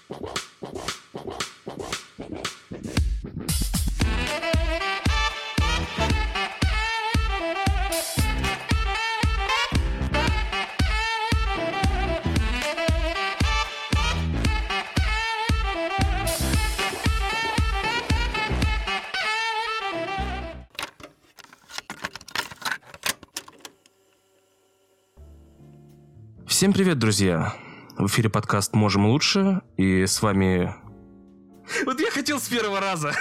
Всем привет, друзья! В эфире подкаст «Можем лучше», и с вами... Вот я хотел с первого раза!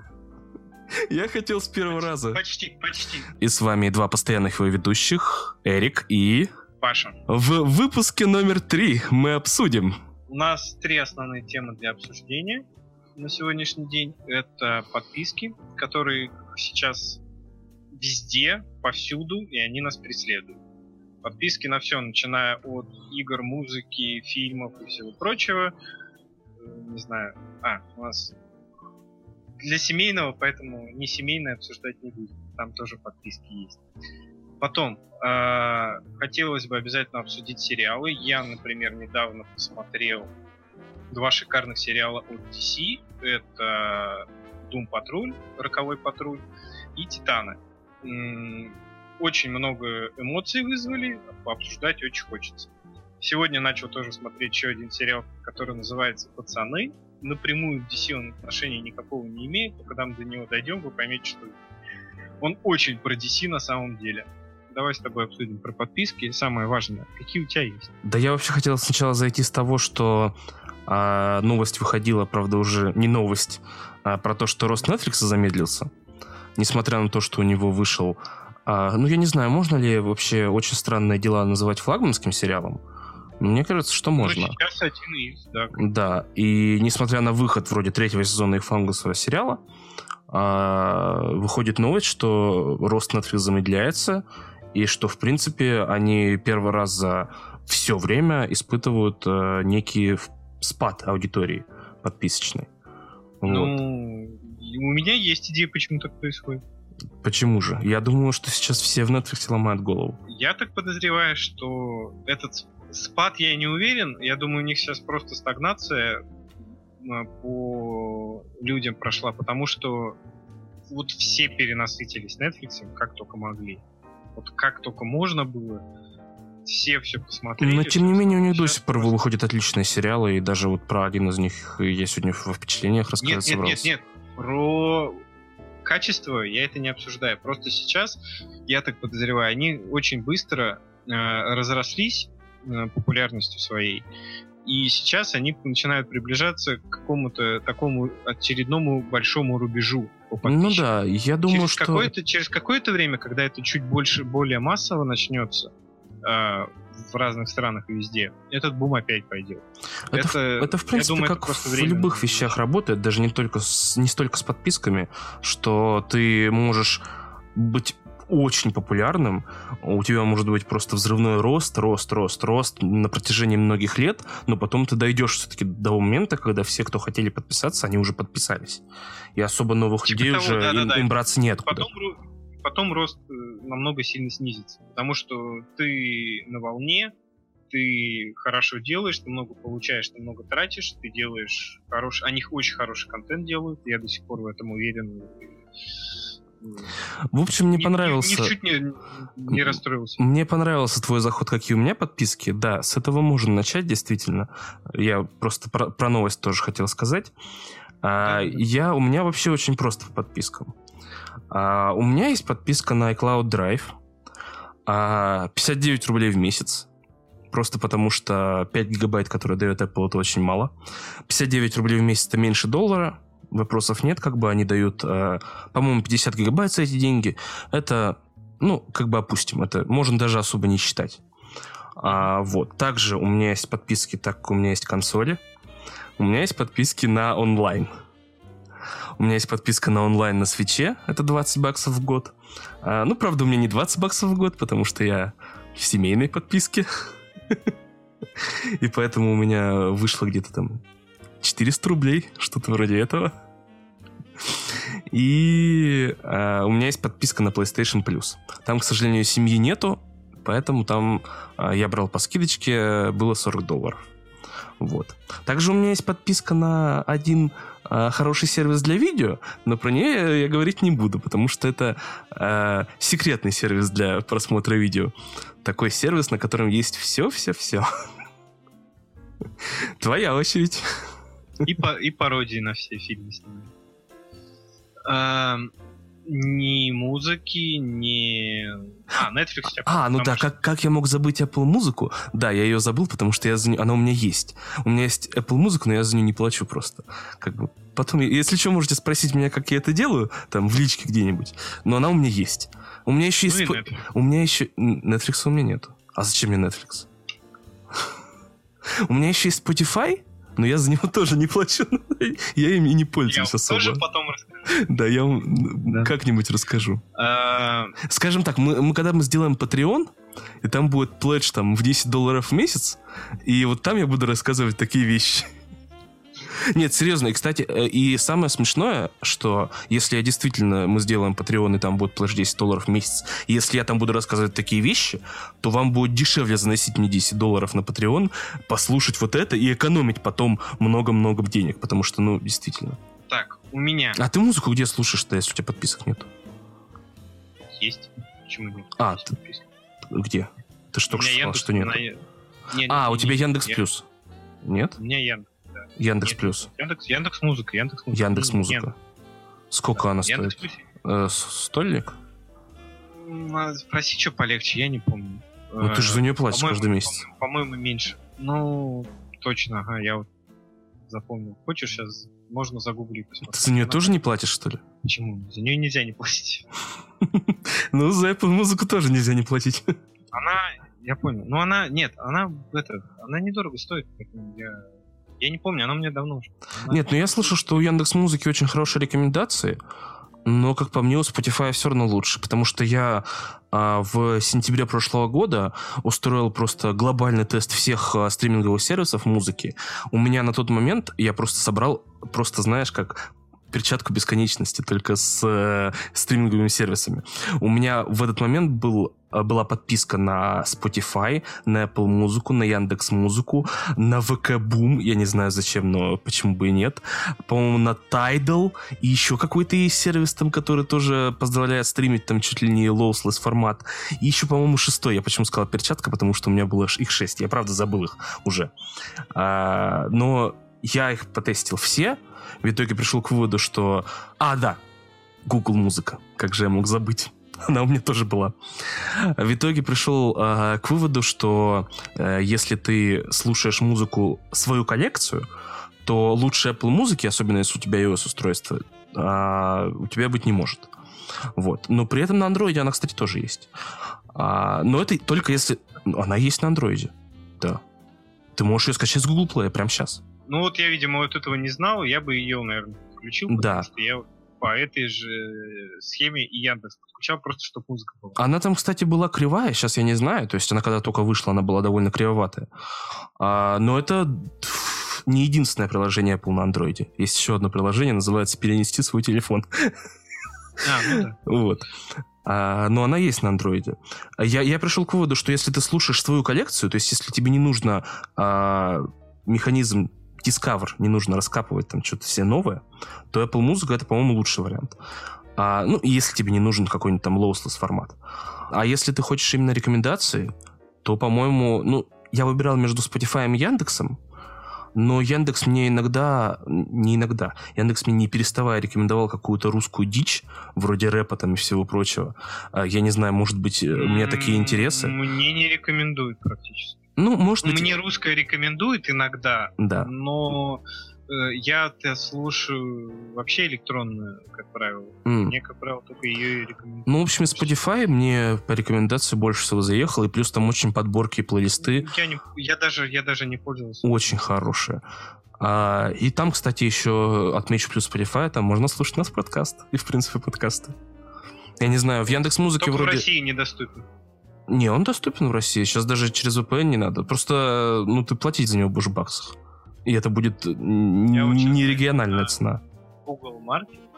Почти. И с вами два постоянных его ведущих, Эрик и... Паша. В выпуске номер 3 мы обсудим... У нас 3 основные темы для обсуждения на сегодняшний день. Это подписки, которые сейчас везде, повсюду, и они нас преследуют. Подписки на все, начиная от игр, музыки, фильмов и всего прочего. Не знаю. У нас для семейного, поэтому не семейное обсуждать не будем. Там тоже подписки есть. Потом, хотелось бы обязательно обсудить сериалы. Я, например, недавно посмотрел 2 шикарных сериала от DC. Это Doom Patrol, Роковой патруль, и Титаны. Очень много эмоций вызвали, пообсуждать очень хочется. Сегодня начал тоже смотреть еще один сериал, который называется «Пацаны». Напрямую к DC он отношения никакого не имеет, но когда мы до него дойдем, вы поймете, что он очень про DC на самом деле. Давай с тобой обсудим про подписки. Самое важное, какие у тебя есть? Да я вообще хотел сначала зайти с того, что новость выходила, правда уже не новость, про то, что рост Netflix замедлился, несмотря на то, что у него вышел... я не знаю, можно ли вообще «Очень странные дела» называть флагманским сериалом? Мне кажется, что можно. Ну, сейчас один из, да. Да, и несмотря на выход вроде 3-го сезона их флагманского сериала, выходит новость, что рост Netflix замедляется, и что, в принципе, они первый раз за все время испытывают некий спад аудитории подписочной. Ну, у меня есть идея, почему так происходит. Почему же? Я думаю, что сейчас все в Netflix ломают голову. Я так подозреваю, что этот спад, я не уверен. Я думаю, у них сейчас просто стагнация по людям прошла, потому что вот все перенасытились Netflix, как только могли. Вот как только можно было, все посмотрели. Но, тем не менее, у них до сих пор выходят отличные сериалы, и даже вот про один из них я сегодня во впечатлениях рассказать собрался. Нет. Про качество я это не обсуждаю. Просто сейчас, я так подозреваю, они очень быстро разрослись популярностью своей. И сейчас они начинают приближаться к какому-то такому очередному большому рубежу по подписчикам. Ну да, я думаю, через какое-то время, когда это чуть более массово начнется в разных странах и везде, этот бум опять пойдет. Это в принципе, думаю, как в любых вещах работает, даже не столько с подписками, что ты можешь быть очень популярным, у тебя может быть просто взрывной рост на протяжении многих лет, но потом ты дойдешь все-таки до того момента, когда все, кто хотели подписаться, они уже подписались. И особо новых людей уже им браться неоткуда. Потом рост намного сильно снизится, потому что ты на волне, ты хорошо делаешь, ты много получаешь, ты много тратишь, ты делаешь хороший... Они очень хороший контент делают, я до сих пор в этом уверен. В общем, мне понравился... Ничуть не расстроился. Мне понравился твой заход, какие у меня подписки. Да, с этого можно начать, действительно. Я просто про новость тоже хотел сказать. У меня вообще очень просто по подпискам. У меня есть подписка на iCloud Drive. 59 рублей в месяц. Просто потому что 5 гигабайт, которые дает Apple, это очень мало. 59 рублей в месяц это меньше $1. Вопросов нет, они дают, по-моему, 50 гигабайт за эти деньги. Это, опустим, это можно даже особо не считать. Вот. Также у меня есть подписки, так как у меня есть консоли. У меня есть подписки на онлайн. У меня есть подписка на онлайн на Свитче, это $20 в год. Правда, у меня не $20 в год, потому что я в семейной подписке. И поэтому у меня вышло где-то там 400 рублей, что-то вроде этого. И у меня есть подписка на PlayStation Plus. Там, к сожалению, семьи нету, поэтому там я брал по скидочке, было $40. Вот. Также у меня есть подписка на один хороший сервис для видео, но про нее я говорить не буду, потому что это секретный сервис для просмотра видео. Такой сервис, на котором есть все-все-все. Твоя очередь. И пародии на все фильмы с ними. Ни музыки, ни... Netflix. Ну да, как я мог забыть Apple музыку? Да, я ее забыл, потому что она у меня есть. У меня есть Apple музыка, но я за нее не плачу просто. Как бы потом, если что, можете спросить меня, как я это делаю, там, в личке где-нибудь. Но она у меня есть. У меня еще есть... У меня еще... Netflix у меня нету. А зачем мне Netflix? У меня еще есть Spotify, но я за него тоже не плачу. Я им и не пользуюсь особо. Я тоже потом расскажу. Да, я вам как-нибудь расскажу. Скажем так, когда мы сделаем Patreon, и там будет пледж там, в $10 в месяц, и вот там я буду рассказывать такие вещи. Нет, серьезно. И, кстати, и самое смешное, что если мы сделаем Patreon, и там будет пледж $10 в месяц, и если я там буду рассказывать такие вещи, то вам будет дешевле заносить мне $10 на Patreon, послушать вот это и экономить потом много-много денег, потому что, действительно. Так, у меня... А ты музыку где слушаешь-то, если у тебя подписок нет? Есть. Почему нет? Где? Ты что сказал, что нет? У тебя Яндекс.Плюс. Нет? У меня Яндекс. Яндекс.Плюс. Яндекс.Музыка. Яндекс.Музыка. Сколько она стоит? Стольник? Спроси, что полегче, я не помню. Ну ты же за нее платишь каждый месяц. По-моему, меньше. Точно, я вот запомнил. Хочешь, сейчас можно загуглить. Ты за нее тоже не платишь, что ли? Почему? За нее нельзя не платить. За Apple музыку тоже нельзя не платить. Я понял. Но она недорого стоит. Я не помню, она у меня давно уже. Нет, я слышал, что у Яндекс.Музыки очень хорошие рекомендации, но, как по мне, у Spotify все равно лучше, потому что я в сентябре прошлого года устроил просто глобальный тест всех стриминговых сервисов музыки. У меня на тот момент я просто собрал, знаешь, как перчатку бесконечности, только с стриминговыми сервисами. У меня в этот момент была подписка на Spotify, на Apple музыку, на Яндекс.Музыку, на ВК Бум, я не знаю зачем, но почему бы и нет. По-моему, на Tidal, и еще какой-то есть сервис там, который тоже позволяет стримить там чуть ли не lossless формат. И еще, по-моему, 6-й. Я почему сказал перчатка, потому что у меня было их 6. Я, правда, забыл их уже. Но я их потестил все. В итоге пришел к выводу, что... Google Музыка. Как же я мог забыть? Она у меня тоже была. В итоге пришел к выводу, что если ты слушаешь музыку, свою коллекцию, то лучше Apple музыки, особенно если у тебя iOS-устройство, у тебя быть не может. Вот. Но при этом на Android она, кстати, тоже есть. Но это только если... Она есть на Android. Да. Ты можешь ее скачать с Google Play прямо сейчас. Я, видимо, вот этого не знал, я бы ее, наверное, включил, потому что я по этой же схеме и Яндекс подключал, просто чтобы музыка была. Она там, кстати, была кривая, сейчас я не знаю, то есть она когда только вышла, она была довольно кривоватая. Но это не единственное приложение Apple на Android. Есть еще одно приложение, называется «Перенести свой телефон». Да. Вот. Но она есть на Android. Я пришел к выводу, что если ты слушаешь свою коллекцию, то есть если тебе не нужно механизм Discover, не нужно раскапывать там что-то все новое, то Apple Music это, по-моему, лучший вариант. Если тебе не нужен какой-нибудь там lossless формат. А если ты хочешь именно рекомендации, то, по-моему, я выбирал между Spotify и Яндексом, но Яндекс мне Яндекс мне не переставая рекомендовал какую-то русскую дичь, вроде рэпа там и всего прочего. Я не знаю, может быть, у меня такие интересы. Мне не рекомендуют практически. Может быть... Мне русское рекомендуют иногда, да. Но я-то слушаю вообще электронную, как правило. Мне, как правило, только ее и рекомендуют. В общем, Spotify мне по рекомендации больше всего заехал, и плюс там очень подборки и плейлисты. Я даже не пользовался. Очень хорошие. И там, кстати, еще отмечу плюс Spotify, там можно слушать наш подкаст. И, в принципе, подкасты. Я не знаю, в Яндекс.Музыке только вроде... в России недоступен. Не, он доступен в России. Сейчас даже через VPN не надо. Просто, ты платить за него будешь в баксах. И это будет не региональная цена. Google Market.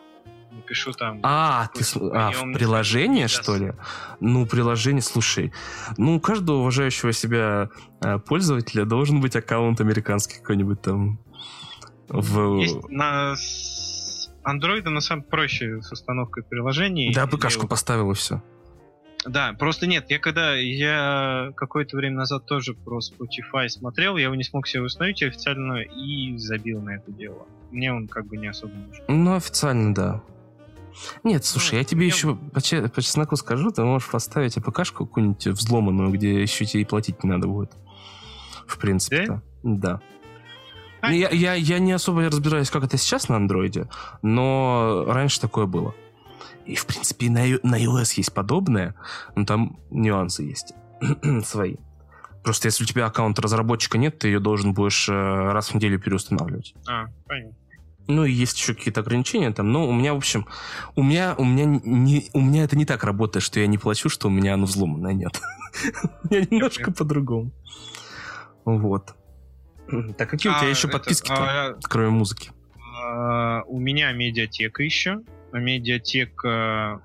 напишу там... в приложение, что ли? Ну, приложение, слушай. Ну, у каждого уважающего себя пользователя должен быть аккаунт американский какой-нибудь там. Есть с Android на самом проще с установкой приложений. Да, ПК-шку поставил и все. Да, просто нет, я какое-то время назад тоже про Spotify смотрел, я его не смог себе установить официально и забил на это дело. Мне он как бы не особо нужен. Ну, официально, да. Нет, слушай, я тебе еще по чесноку скажу, ты можешь поставить АПК-шку какую-нибудь взломанную, где еще тебе и платить не надо будет. В принципе-то. Да. Я не особо разбираюсь, как это сейчас на андроиде, но раньше такое было. И, в принципе, и на iOS есть подобное, но там нюансы есть свои. Просто если у тебя аккаунта разработчика нет, ты ее должен будешь раз в неделю переустанавливать. Понятно. Ну, и есть еще какие-то ограничения там. Но у меня, в общем, у меня это не так работает, что я не плачу, что у меня оно взломанное. Нет. У меня немножко по-другому. Вот. Так, какие у тебя еще подписки-то, кроме музыки? У меня медиатека еще. Медиатека,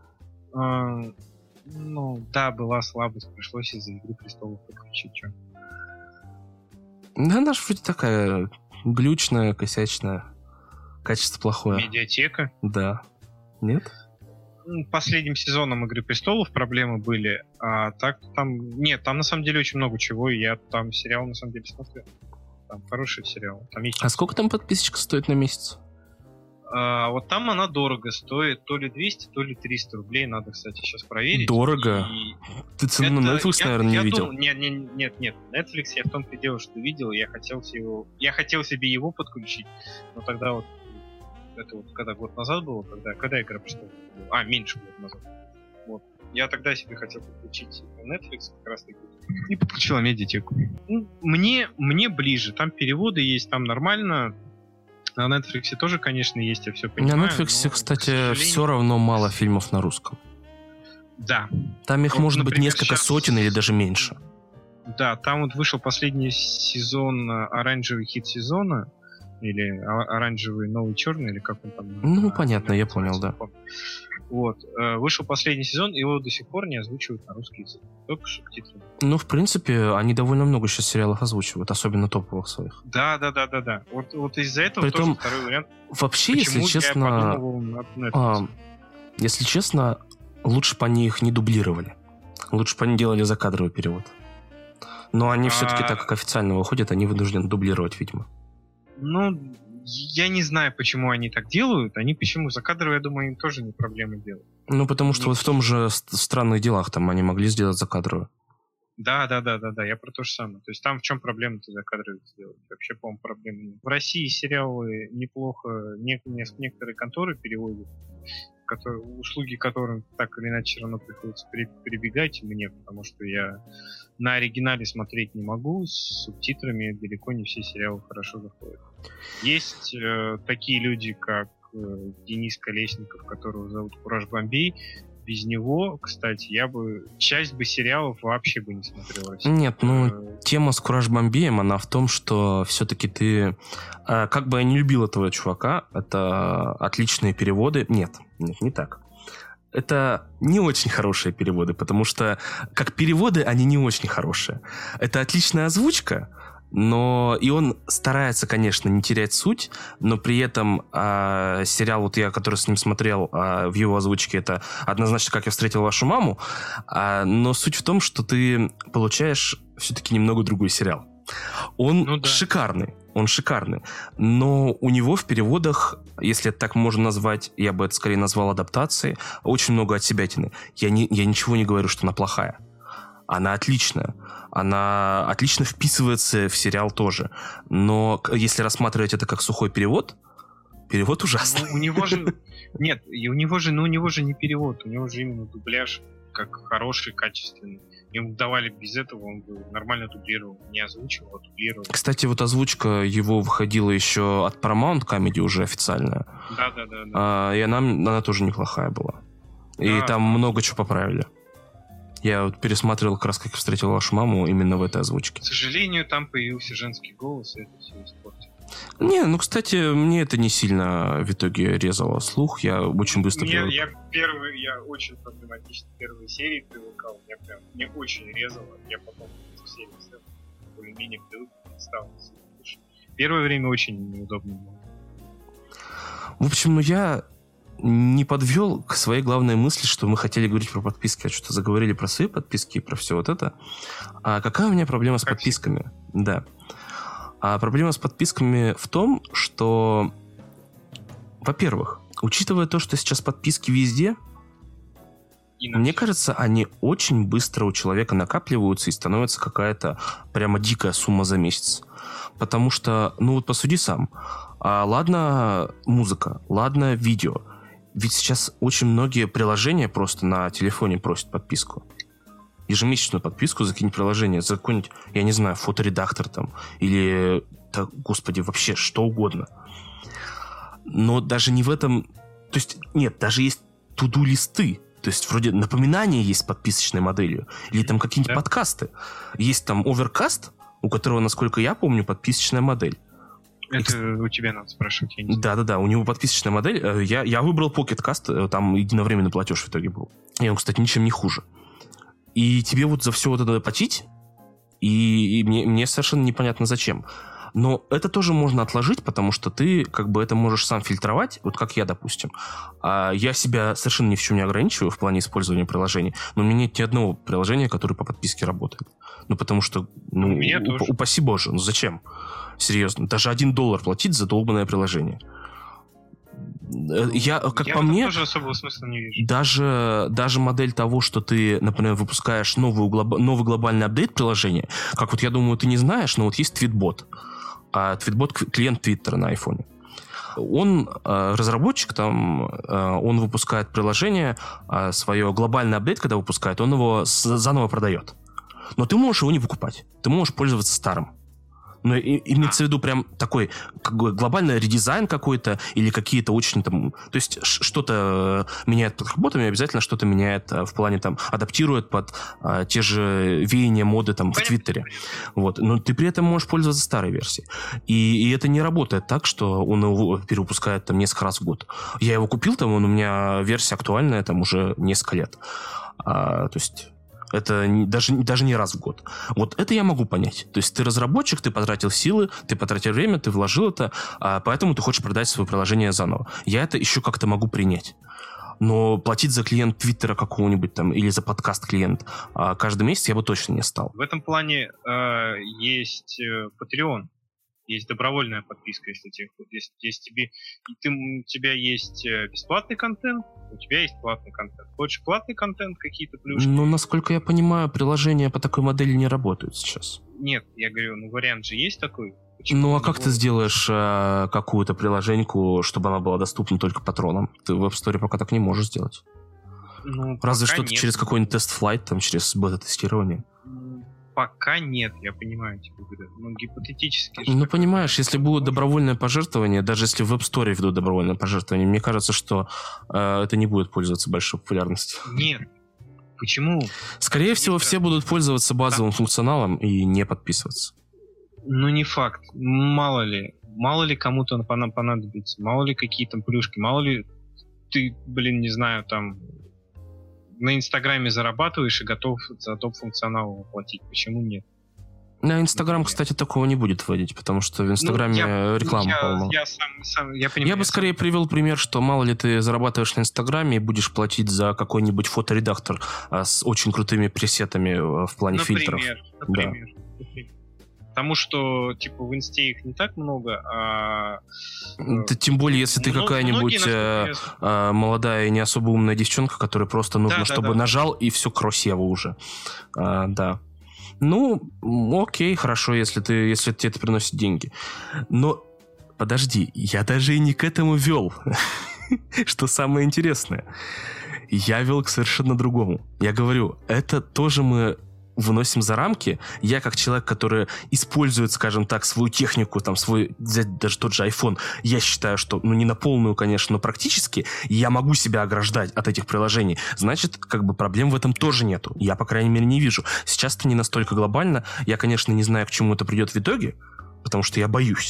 была слабость, пришлось из-за «Игры престолов» подключить. Что? Да, она же вроде такая глючная, косячная, качество плохое. Медиатека? Да. Нет? Последним сезоном «Игры престолов» проблемы были, а так там... Нет, там на самом деле очень много чего, и я там сериал на самом деле смотрел. Там хороший сериал. Там есть... А сколько там подписочка стоит на месяц? Вот там она дорого стоит, то ли 200, то ли 300 рублей, надо, кстати, сейчас проверить. Дорого? Ты цену на Netflix, наверное, не видел? Нет, Netflix я в том-то и дело, что видел, я хотел себе его подключить, но тогда вот, это вот когда год назад было, когда «Игра престолов» была? Меньше года назад. Вот. Я тогда себе хотел подключить Netflix как раз таки и подключил медиатеку. Мне ближе, там переводы есть, там нормально. На Netflix тоже, конечно, есть, я все понимаю. На Netflix, кстати, все равно мало фильмов на русском. Да. Там их может быть несколько сотен или даже меньше. Да, там вот вышел последний сезон, оранжевый хит сезона, или оранжевый новый черный, или как он там... Ну, понятно, я понял, да. Вот. Вышел последний сезон, его до сих пор не озвучивают на русский язык. Только субтитры. Ну, в принципе, они довольно много сейчас сериалов озвучивают, особенно топовых своих. Да. Вот из-за этого притом, тоже второй вариант. Вообще, если честно, лучше бы они их не дублировали. Лучше бы они делали закадровый перевод. Но они все-таки, так как официально выходят, они вынуждены дублировать, видимо. Ну, я не знаю, почему они так делают. Они почему закадровые, я думаю, им тоже не проблема делать. Ну, потому что вот в том же «Странных делах» там они могли сделать закадровую. Да, я про то же самое. То есть там в чем проблема-то закадровые сделать? Вообще, по-моему, проблем нет. В России сериалы неплохо некоторые конторы переводят, услуги которым так или иначе все равно приходится прибегать мне, потому что я на оригинале смотреть не могу, с субтитрами далеко не все сериалы хорошо заходят. Есть такие люди, как Денис Колесников, которого зовут Кураж Бомбей. Без него, кстати, я бы часть сериалов вообще бы не смотрел в России. Нет, тема с Кураж Бомбеем, она в том, что все-таки ты... Как бы я не любил этого чувака, это отличные переводы. Нет, не так. Это не очень хорошие переводы, потому что как переводы они не очень хорошие. Это отличная озвучка, но и он старается, конечно, не терять суть, но при этом сериал, вот я, который с ним смотрел, в его озвучке, это однозначно «Как я встретил вашу маму», но суть в том, что ты получаешь все-таки немного другой сериал. Он шикарный, но у него в переводах, если это так можно назвать, я бы это скорее назвал адаптацией, очень много отсебятины. Я ничего не говорю, что она плохая. Она отличная. Она отлично вписывается в сериал тоже. Но если рассматривать это как сухой перевод ужасный. У него же... Нет, у него же не перевод, у него же именно дубляж, как хороший, качественный. Ему давали без этого, он бы нормально дублировал. Не озвучивал, а дублировал. Кстати, вот озвучка его выходила еще от Paramount Comedy уже официальная. Да. И она тоже неплохая была. И там много чего поправили. Я вот пересматривал как раз «Как я встретил вашу маму» именно в этой озвучке. К сожалению, там появился женский голос, и это все испортило. Не, ну, кстати, мне это не сильно в итоге резало слух. Я очень быстро привык. Я очень проблематично первые серии привыкал. Мне очень резало. Я потом в серии более-менее привык, стал. Первое время очень неудобно было. В общем, ну я не подвел к своей главной мысли, что мы хотели говорить про подписки, а что-то заговорили про свои подписки и про все вот это. А какая у меня проблема с подписками? Да. А проблема с подписками в том, что, во-первых, учитывая то, что сейчас подписки везде, мне кажется, они очень быстро у человека накапливаются и становится какая-то прямо дикая сумма за месяц. Потому что, ну вот посуди сам. Ладно музыка, ладно видео. Ведь сейчас очень многие приложения просто на телефоне просят подписку. Ежемесячную подписку за какие-нибудь приложения, за какой-нибудь, я не знаю, фоторедактор там, или, да, господи, вообще что угодно. Но даже не в этом... То есть, нет, даже есть туду-листы. То есть, вроде напоминания есть с подписочной моделью. Или там какие-нибудь подкасты. Есть там Overcast, у которого, насколько я помню, подписочная модель. Это у тебя надо спрашивать. Да, у него подписочная модель. Я выбрал Pocket Cast, там единовременный платеж в итоге был. И он, кстати, ничем не хуже. И тебе вот за все вот это платить, и мне совершенно непонятно зачем. Но это тоже можно отложить, потому что ты как бы это можешь сам фильтровать, вот как я, допустим. Я себя совершенно ни в чем не ограничиваю в плане использования приложений, но у меня нет ни одного приложения, которое по подписке работает. Ну, потому что, упаси боже, ну зачем? Серьезно, даже $1 платить за долбанное приложение. Я по мне, тоже особого смысла не вижу. Даже модель того, что ты, например, выпускаешь новый глобальный апдейт приложения, как вот я думаю, ты не знаешь, но вот есть Tweetbot. Tweetbot — клиент Твиттера на айфоне. Он разработчик, там, он выпускает приложение, свое глобальный апдейт, когда выпускает, он его заново продает. Но ты можешь его не покупать. Ты можешь пользоваться старым. Но имеется в виду прям такой как бы глобальный редизайн какой-то или какие-то очень там... То есть что-то меняет под капотом и обязательно что-то меняет в плане там... Адаптирует под те же веяния моды там в Твиттере. Вот. Но ты при этом можешь пользоваться старой версией. И это не работает так, что он его перевыпускает там несколько раз в год. Я его купил, там, у меня версия актуальная там уже несколько лет. То есть... Это даже не раз в год. Вот это я могу понять. То есть ты разработчик, ты потратил силы, ты потратил время, ты вложил это, поэтому ты хочешь продать свое приложение заново. Я это еще как-то могу принять. Но платить за клиент Твиттера какого-нибудь там или за подкаст-клиент каждый месяц я бы точно не стал. В этом плане есть Patreon. Есть добровольная подписка, если у тебя есть бесплатный контент, у тебя есть платный контент. Хочешь платный контент, какие-то плюшки? Ну, насколько я понимаю, приложения по такой модели не работают сейчас. Нет, я говорю, вариант же есть такой. Почему ну, а как ты сделаешь какую-то приложеньку, чтобы она была доступна только патронам? Ты в App Store пока так не можешь сделать. Ну, разве что через какой-нибудь тест-флайт, там, через бета-тестирование. Пока нет, я понимаю, гипотетически. Ну, понимаешь, если будет добровольное пожертвование, даже если в App Store ведут добровольное пожертвование, мне кажется, что это не будет пользоваться большой популярностью. Нет. Почему? Скорее всего, все будут пользоваться базовым функционалом и не подписываться. Ну, не факт. Мало ли кому-то понадобится, мало ли какие там плюшки, мало ли ты, не знаю, там... на Инстаграме зарабатываешь и готов за топ-функционал платить. Почему нет? На Инстаграм, кстати, такого не будет вводить, потому что в Инстаграме реклама полна. Я бы скорее привел пример, что мало ли ты зарабатываешь на Инстаграме и будешь платить за какой-нибудь фоторедактор с очень крутыми пресетами в плане фильтров. Например. Потому что, в Инсте их не так много, тем более, если ты какая-нибудь молодая и не особо умная девчонка, которой просто нужно, чтобы нажал, и все красиво уже. Да. Ну, окей, хорошо, если тебе это приносит деньги. Но, подожди, я даже и не к этому вел. Что самое интересное. Я вел к совершенно другому. Я говорю, это тоже мы... выносим за рамки. Я, как человек, который использует, скажем так, свою технику, там, взять даже тот же iPhone, я считаю, что, не на полную, конечно, но практически я могу себя ограждать от этих приложений. Значит, проблем в этом тоже нету. Я, по крайней мере, не вижу. Сейчас это не настолько глобально. Я, конечно, не знаю, к чему это придет в итоге, потому что я боюсь.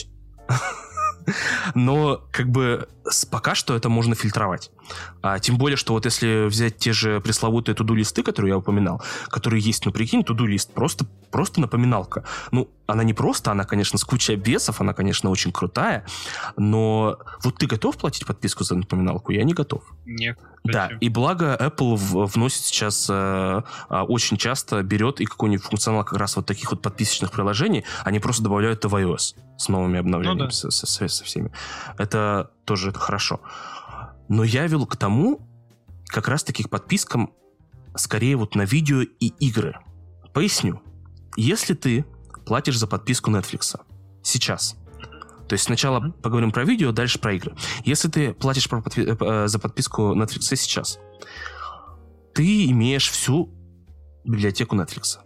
Но как бы пока что это можно фильтровать. Тем более, что вот если взять те же пресловутые туду-листы, которые я упоминал, которые есть, ну прикинь, туду-лист, просто напоминалка. Ну, она не просто, она, конечно, с кучей обвесов, она, конечно, очень крутая, но вот ты готов платить подписку за напоминалку? Я не готов. Нет. Да, и благо Apple вносит сейчас очень часто, берет и какой-нибудь функционал как раз вот таких вот подписочных приложений, они просто добавляют в iOS с новыми обновлениями, Ну, да. со всеми. Это тоже хорошо. Но я вел к тому, как раз таки к подпискам скорее вот на видео и игры. Поясню. Если ты платишь за подписку Netflix сейчас, то есть сначала поговорим про видео, дальше про игры. Если ты платишь за подписку Netflix сейчас, ты имеешь всю библиотеку Netflix.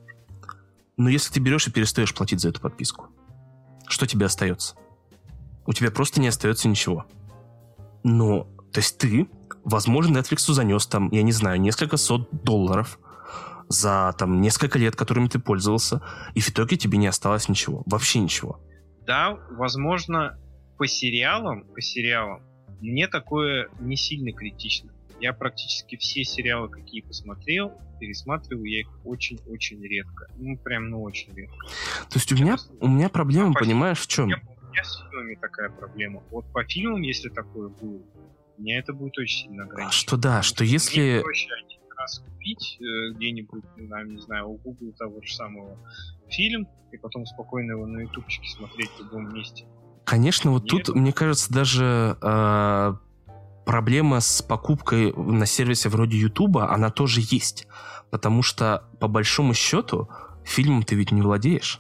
Но если ты берешь и перестаешь платить за эту подписку, что тебе остается? У тебя просто не остается ничего. Но, то есть ты, возможно, Netflix занес там, я не знаю, несколько сот $100 за там несколько лет, которыми ты пользовался, и в итоге тебе не осталось ничего. Вообще ничего. Да, возможно, по сериалам мне такое не сильно критично. Я практически все сериалы, какие посмотрел, пересматриваю я их очень-очень редко. Ну, прям, очень редко. То есть у меня проблема, понимаешь, в чем? У меня с фильмами такая проблема. Вот по фильмам, если такое будет, меня это будет очень сильно ограничивать. Что если... Мне проще один раз купить где-нибудь, не знаю, у Google того же самого фильм, и потом спокойно его на ютубчике смотреть в любом месте. Конечно, вот тут, мне кажется, даже проблема с покупкой на сервисе вроде Ютуба, она тоже есть. Потому что, по большому счету, фильмом ты ведь не владеешь.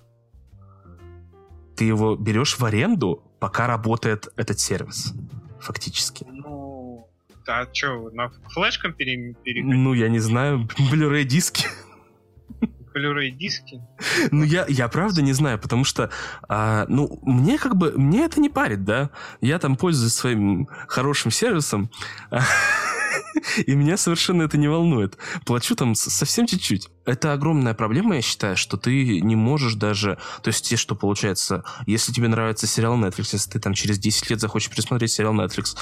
Ты его берешь в аренду, пока работает этот сервис. Фактически. Ну, а что, на флешкам переходить? Ну, я не знаю, Blu-ray диски. Blu-ray диски? Ну, я правда не знаю, потому что, мне это не парит, да. Я там пользуюсь своим хорошим сервисом, и меня совершенно это не волнует. Плачу там совсем чуть-чуть. Это огромная проблема, я считаю, что ты не можешь даже... То есть, что получается, если тебе нравится сериал Netflix, если ты там через 10 лет захочешь пересмотреть сериал Netflix,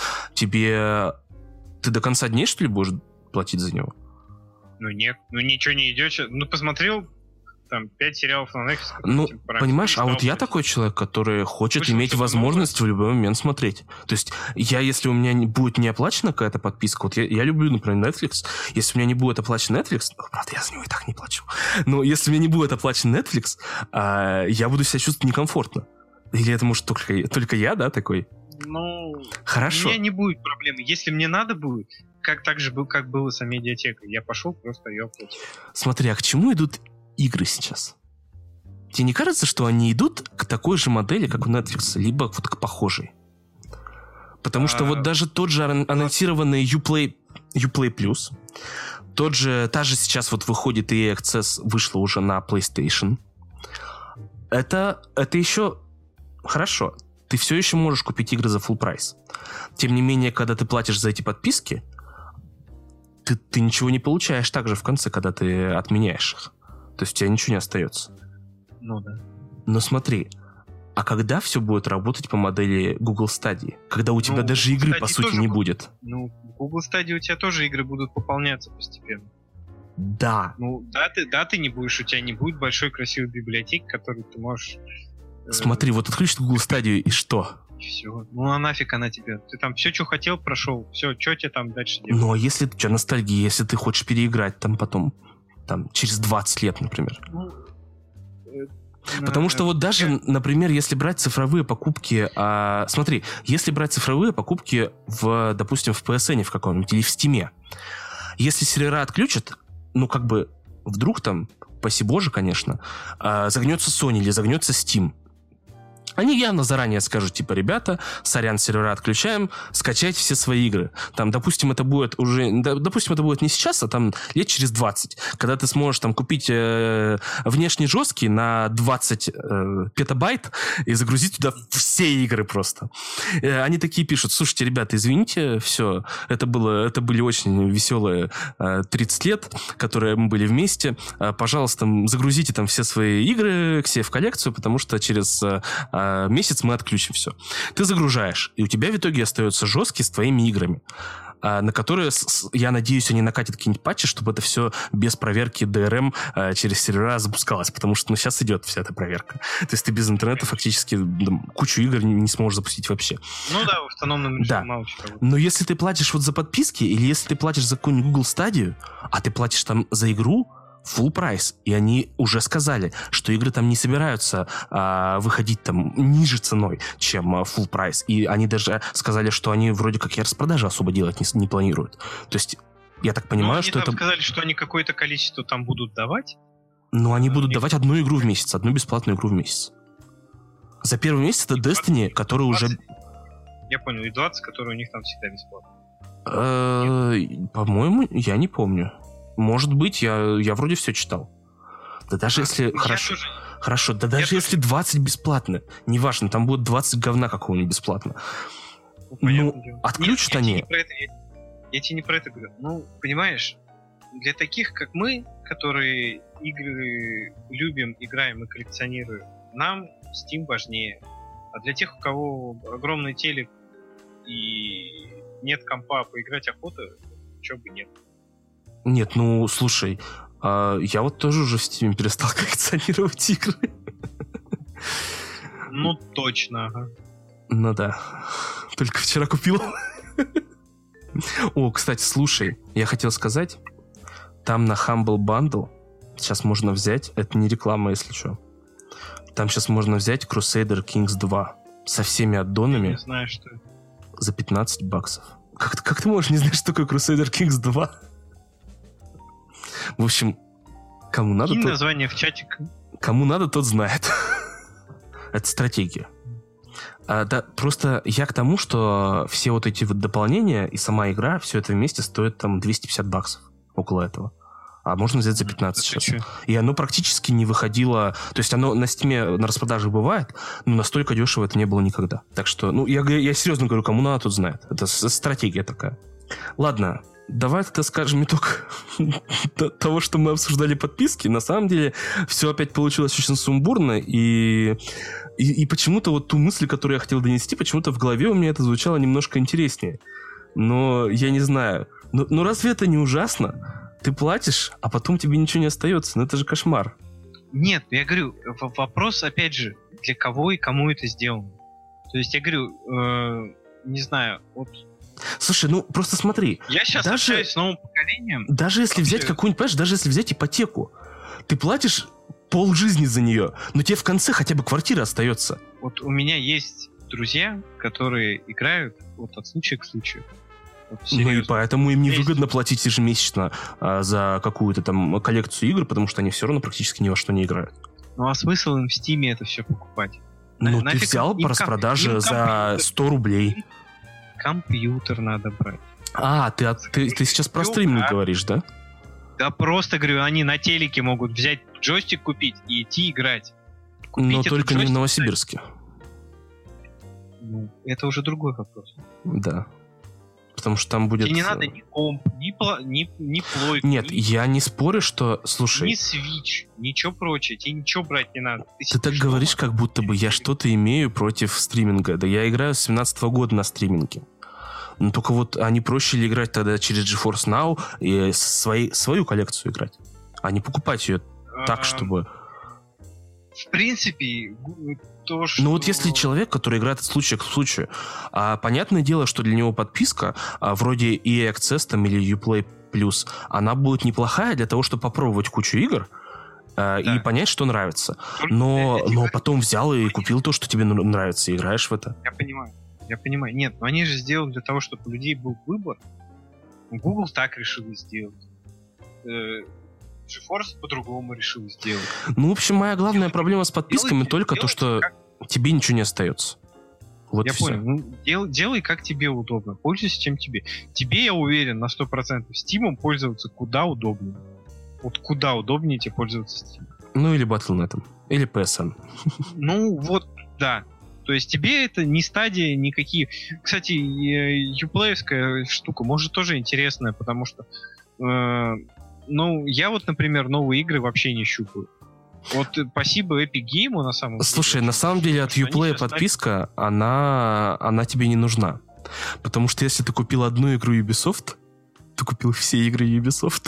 ты до конца дней, что ли, будешь платить за него? Ну нет, ничего не идет. Посмотрел там 5 сериалов на Netflix. Ну, понимаешь, а вот я такой человек, который хочет иметь возможность в любой момент смотреть. То есть если у меня будет не оплачена какая-то подписка, вот я люблю, например, Netflix, если у меня не будет оплачен Netflix, правда, я за него и так не плачу, но если у меня не будет оплачен Netflix, я буду себя чувствовать некомфортно. Или это, может, только я, да, такой? Ну, хорошо. У меня не будет проблемы. Если мне надо будет, как было с Амедиатекой, я пошел, просто ее оплатил. Смотри, а к чему идут игры сейчас? Тебе не кажется, что они идут к такой же модели, как у Netflix, либо вот к похожей? Потому что вот даже тот же анонсированный Uplay Plus, та же сейчас вот выходит EA Access, вышла уже на PlayStation. Это еще хорошо. Ты все еще можешь купить игры за full прайс. Тем не менее, когда ты платишь за эти подписки, ты ничего не получаешь также в конце, когда ты отменяешь их. То есть у тебя ничего не остается. Ну да. Но смотри, а когда все будет работать по модели Google Stadia? Когда у тебя даже игры, по сути, не будет. Ну, в Google Stadia у тебя тоже игры будут пополняться постепенно. Да. Ну, ты не будешь, у тебя не будет большой красивой библиотеки, которую ты можешь... Смотри, вот отключишь Google Stadia, и что? Все. Ну, а нафиг она тебе? Ты там все, что хотел, прошел. Все, что тебе там дальше делать? Ну, а если у тебя ностальгия, если ты хочешь переиграть там потом, там, через 20 лет, например. Потому что вот даже, например, если брать цифровые покупки... смотри, если брать цифровые покупки допустим, в PSN в каком-нибудь или в Steam, если сервера отключат, вдруг там, паси боже, конечно, загнется Sony или загнется Steam, они явно заранее скажут, типа, ребята, сорян, сервера отключаем, скачайте все свои игры. Там, допустим, это будет не сейчас, а там лет через 20, когда ты сможешь там купить внешне жесткий на 20 петабайт и загрузить туда все игры просто. Они такие пишут: слушайте, ребята, извините, все, это были очень веселые 30 лет, которые мы были вместе. Пожалуйста, загрузите там все свои игры к себе в коллекцию, потому что через месяц мы отключим все. Ты загружаешь, и у тебя в итоге остается жесткий с твоими играми, на которые, я надеюсь, они накатят какие-нибудь патчи, чтобы это все без проверки DRM через сервера запускалось, потому что сейчас идет вся эта проверка. То есть ты без интернета фактически кучу игр не сможешь запустить вообще. Ну да, в автономном режиме да. мало чего. Но если ты платишь вот за подписки, или если ты платишь за какую-нибудь Google Stadia, а ты платишь там за игру, full прайс, и они уже сказали, что игры там не собираются выходить там ниже ценой, чем full прайс, и они даже сказали, что они вроде как и распродажи особо делать не планируют. То есть, я так понимаю, что это... Они сказали, что они какое-то количество там будут давать. Ну, они будут давать одну игру в месяц, одну бесплатную игру в месяц. За первый месяц это Destiny, который 20, уже... Я понял, и 20, которые у них там всегда бесплатно. По-моему, я не помню. Может быть, я вроде все читал. Да даже если... Хорошо, да даже если 20 бесплатно, неважно, там будет 20 говна какого-нибудь бесплатно. Ну, отключат они. Я тебе не про это говорю. Ну, понимаешь, для таких, как мы, которые игры любим, играем и коллекционируем, нам Steam важнее. А для тех, у кого огромный телек и нет компа, поиграть охота, чего бы нет. Нет, ну, слушай, я вот тоже уже в Steam перестал коллекционировать игры. Ну, точно, ага. Ну да. Только вчера купил. О, кстати, слушай, я хотел сказать, там на Humble Bundle сейчас можно взять, это не реклама, если что, там сейчас можно взять Crusader Kings 2 со всеми аддонами. Я не знаю, что это. За $15. Как ты можешь не знать, что такое Crusader Kings 2? В общем, кому надо, тот... название в чатик. Кому надо, тот знает. Это стратегия. Да, просто я к тому, что все вот эти вот дополнения и сама игра, все это вместе стоит там $250, около этого. А можно взять за 15 сейчас. И оно практически не выходило... То есть оно на Steam на распродаже бывает, но настолько дешево это не было никогда. Так что, ну, я серьезно говорю, кому надо, тот знает. Это стратегия такая. Ладно, давай тогда скажем итог того, что мы обсуждали подписки. На самом деле, все опять получилось очень сумбурно, и почему-то вот ту мысль, которую я хотел донести, почему-то в голове у меня это звучало немножко интереснее. Но я не знаю. Но разве это не ужасно? Ты платишь, а потом тебе ничего не остается. Ну это же кошмар. Нет, я говорю, вопрос, опять же, для кого и кому это сделано. То есть я говорю, не знаю, вот... Слушай, ну просто смотри. Я сейчас общаюсь с новым поколением. Даже если взять какую-нибудь, понимаешь, даже если взять ипотеку, ты платишь полжизни за нее, но тебе в конце хотя бы квартира остается. Вот у меня есть друзья, которые играют вот от случая к случаю. Вот, ну и поэтому им невыгодно платить ежемесячно за какую-то там коллекцию игр, потому что они все равно практически ни во что не играют. Ну а смысл им в Стиме это все покупать? Ну ты взял по распродаже за 100 рублей. Компьютер надо брать. Ты сейчас про стриминг говоришь, да? Да просто, говорю, они на телеке могут взять джойстик купить и идти играть. Но только не в Новосибирске. Ну, это уже другой вопрос. Да. Потому что там будет... Тебе не надо ни комп, ни плойку. Нет, я не спорю, что... Слушай... Ни Switch, ничего прочего. Тебе ничего брать не надо. Ты так говоришь, как будто бы я что-то имею против стриминга. Да я играю с 2017 года на стриминге. Но только вот они проще ли играть тогда через GeForce Now и свою коллекцию играть, а не покупать ее так, чтобы... В принципе, то, что... Ну вот если человек, который играет от случая к случаю, понятное дело, что для него подписка вроде EA Access там, или Uplay Plus, она будет неплохая для того, чтобы попробовать кучу игр и понять, что нравится. Но потом взял и купил то, что тебе нравится, и играешь в это. Я понимаю. Нет, но они же сделали для того, чтобы у людей был выбор. Google так решил сделать. GeForce по-другому решил сделать. Ну, в общем, моя главная проблема с подписками только то, что тебе ничего не остается. Вот я понял. Ну, делай как тебе удобно. Пользуйся, чем тебе. Тебе, я уверен, на 100% Steam пользоваться куда удобнее. Вот куда удобнее тебе пользоваться Steam. Ну, или Battle.net. Или PSN. Ну, вот, да. То есть тебе это не стадия никакие... Кстати, юплеевская штука, может, тоже интересная, потому что... я вот, например, новые игры вообще не щупаю. Вот спасибо Epic Game на самом деле. Слушай, на самом деле от Uplay подписка, она тебе не нужна. Потому что если ты купил одну игру Ubisoft, ты купил все игры Ubisoft.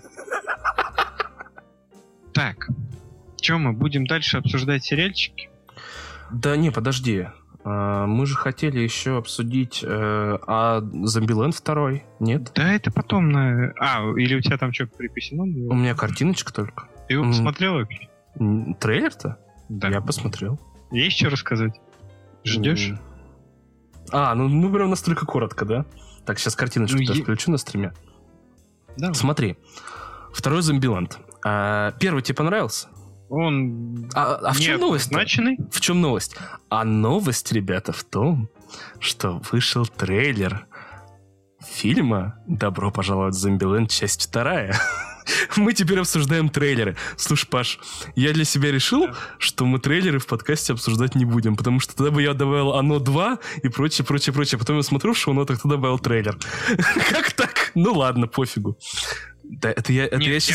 Так, что мы будем дальше обсуждать сериальчики? Да не, подожди. Мы же хотели еще обсудить Zombieland 2, нет? Да, это потом на... или у тебя там что-то припасено? У меня картиночка только. Ты его посмотрел вообще? Трейлер-то? Да. Я посмотрел. Есть что рассказать? Ждешь? Ну прям настолько коротко, да? Так, сейчас картиночку включу на стриме. Да. Смотри. Второй Zombieland. Первый тебе понравился? Он в чем новость? В чем новость? А новость, ребята, в том, что вышел трейлер фильма «Добро пожаловать в Zombieland. Часть 2». Мы теперь обсуждаем трейлеры. Слушай, Паш, я для себя решил, что мы трейлеры в подкасте обсуждать не будем, потому что тогда бы я добавил «Оно 2» и прочее. Потом я смотрю в шоу-нотах, ты добавил трейлер. Как так? Ну ладно, пофигу. Да, я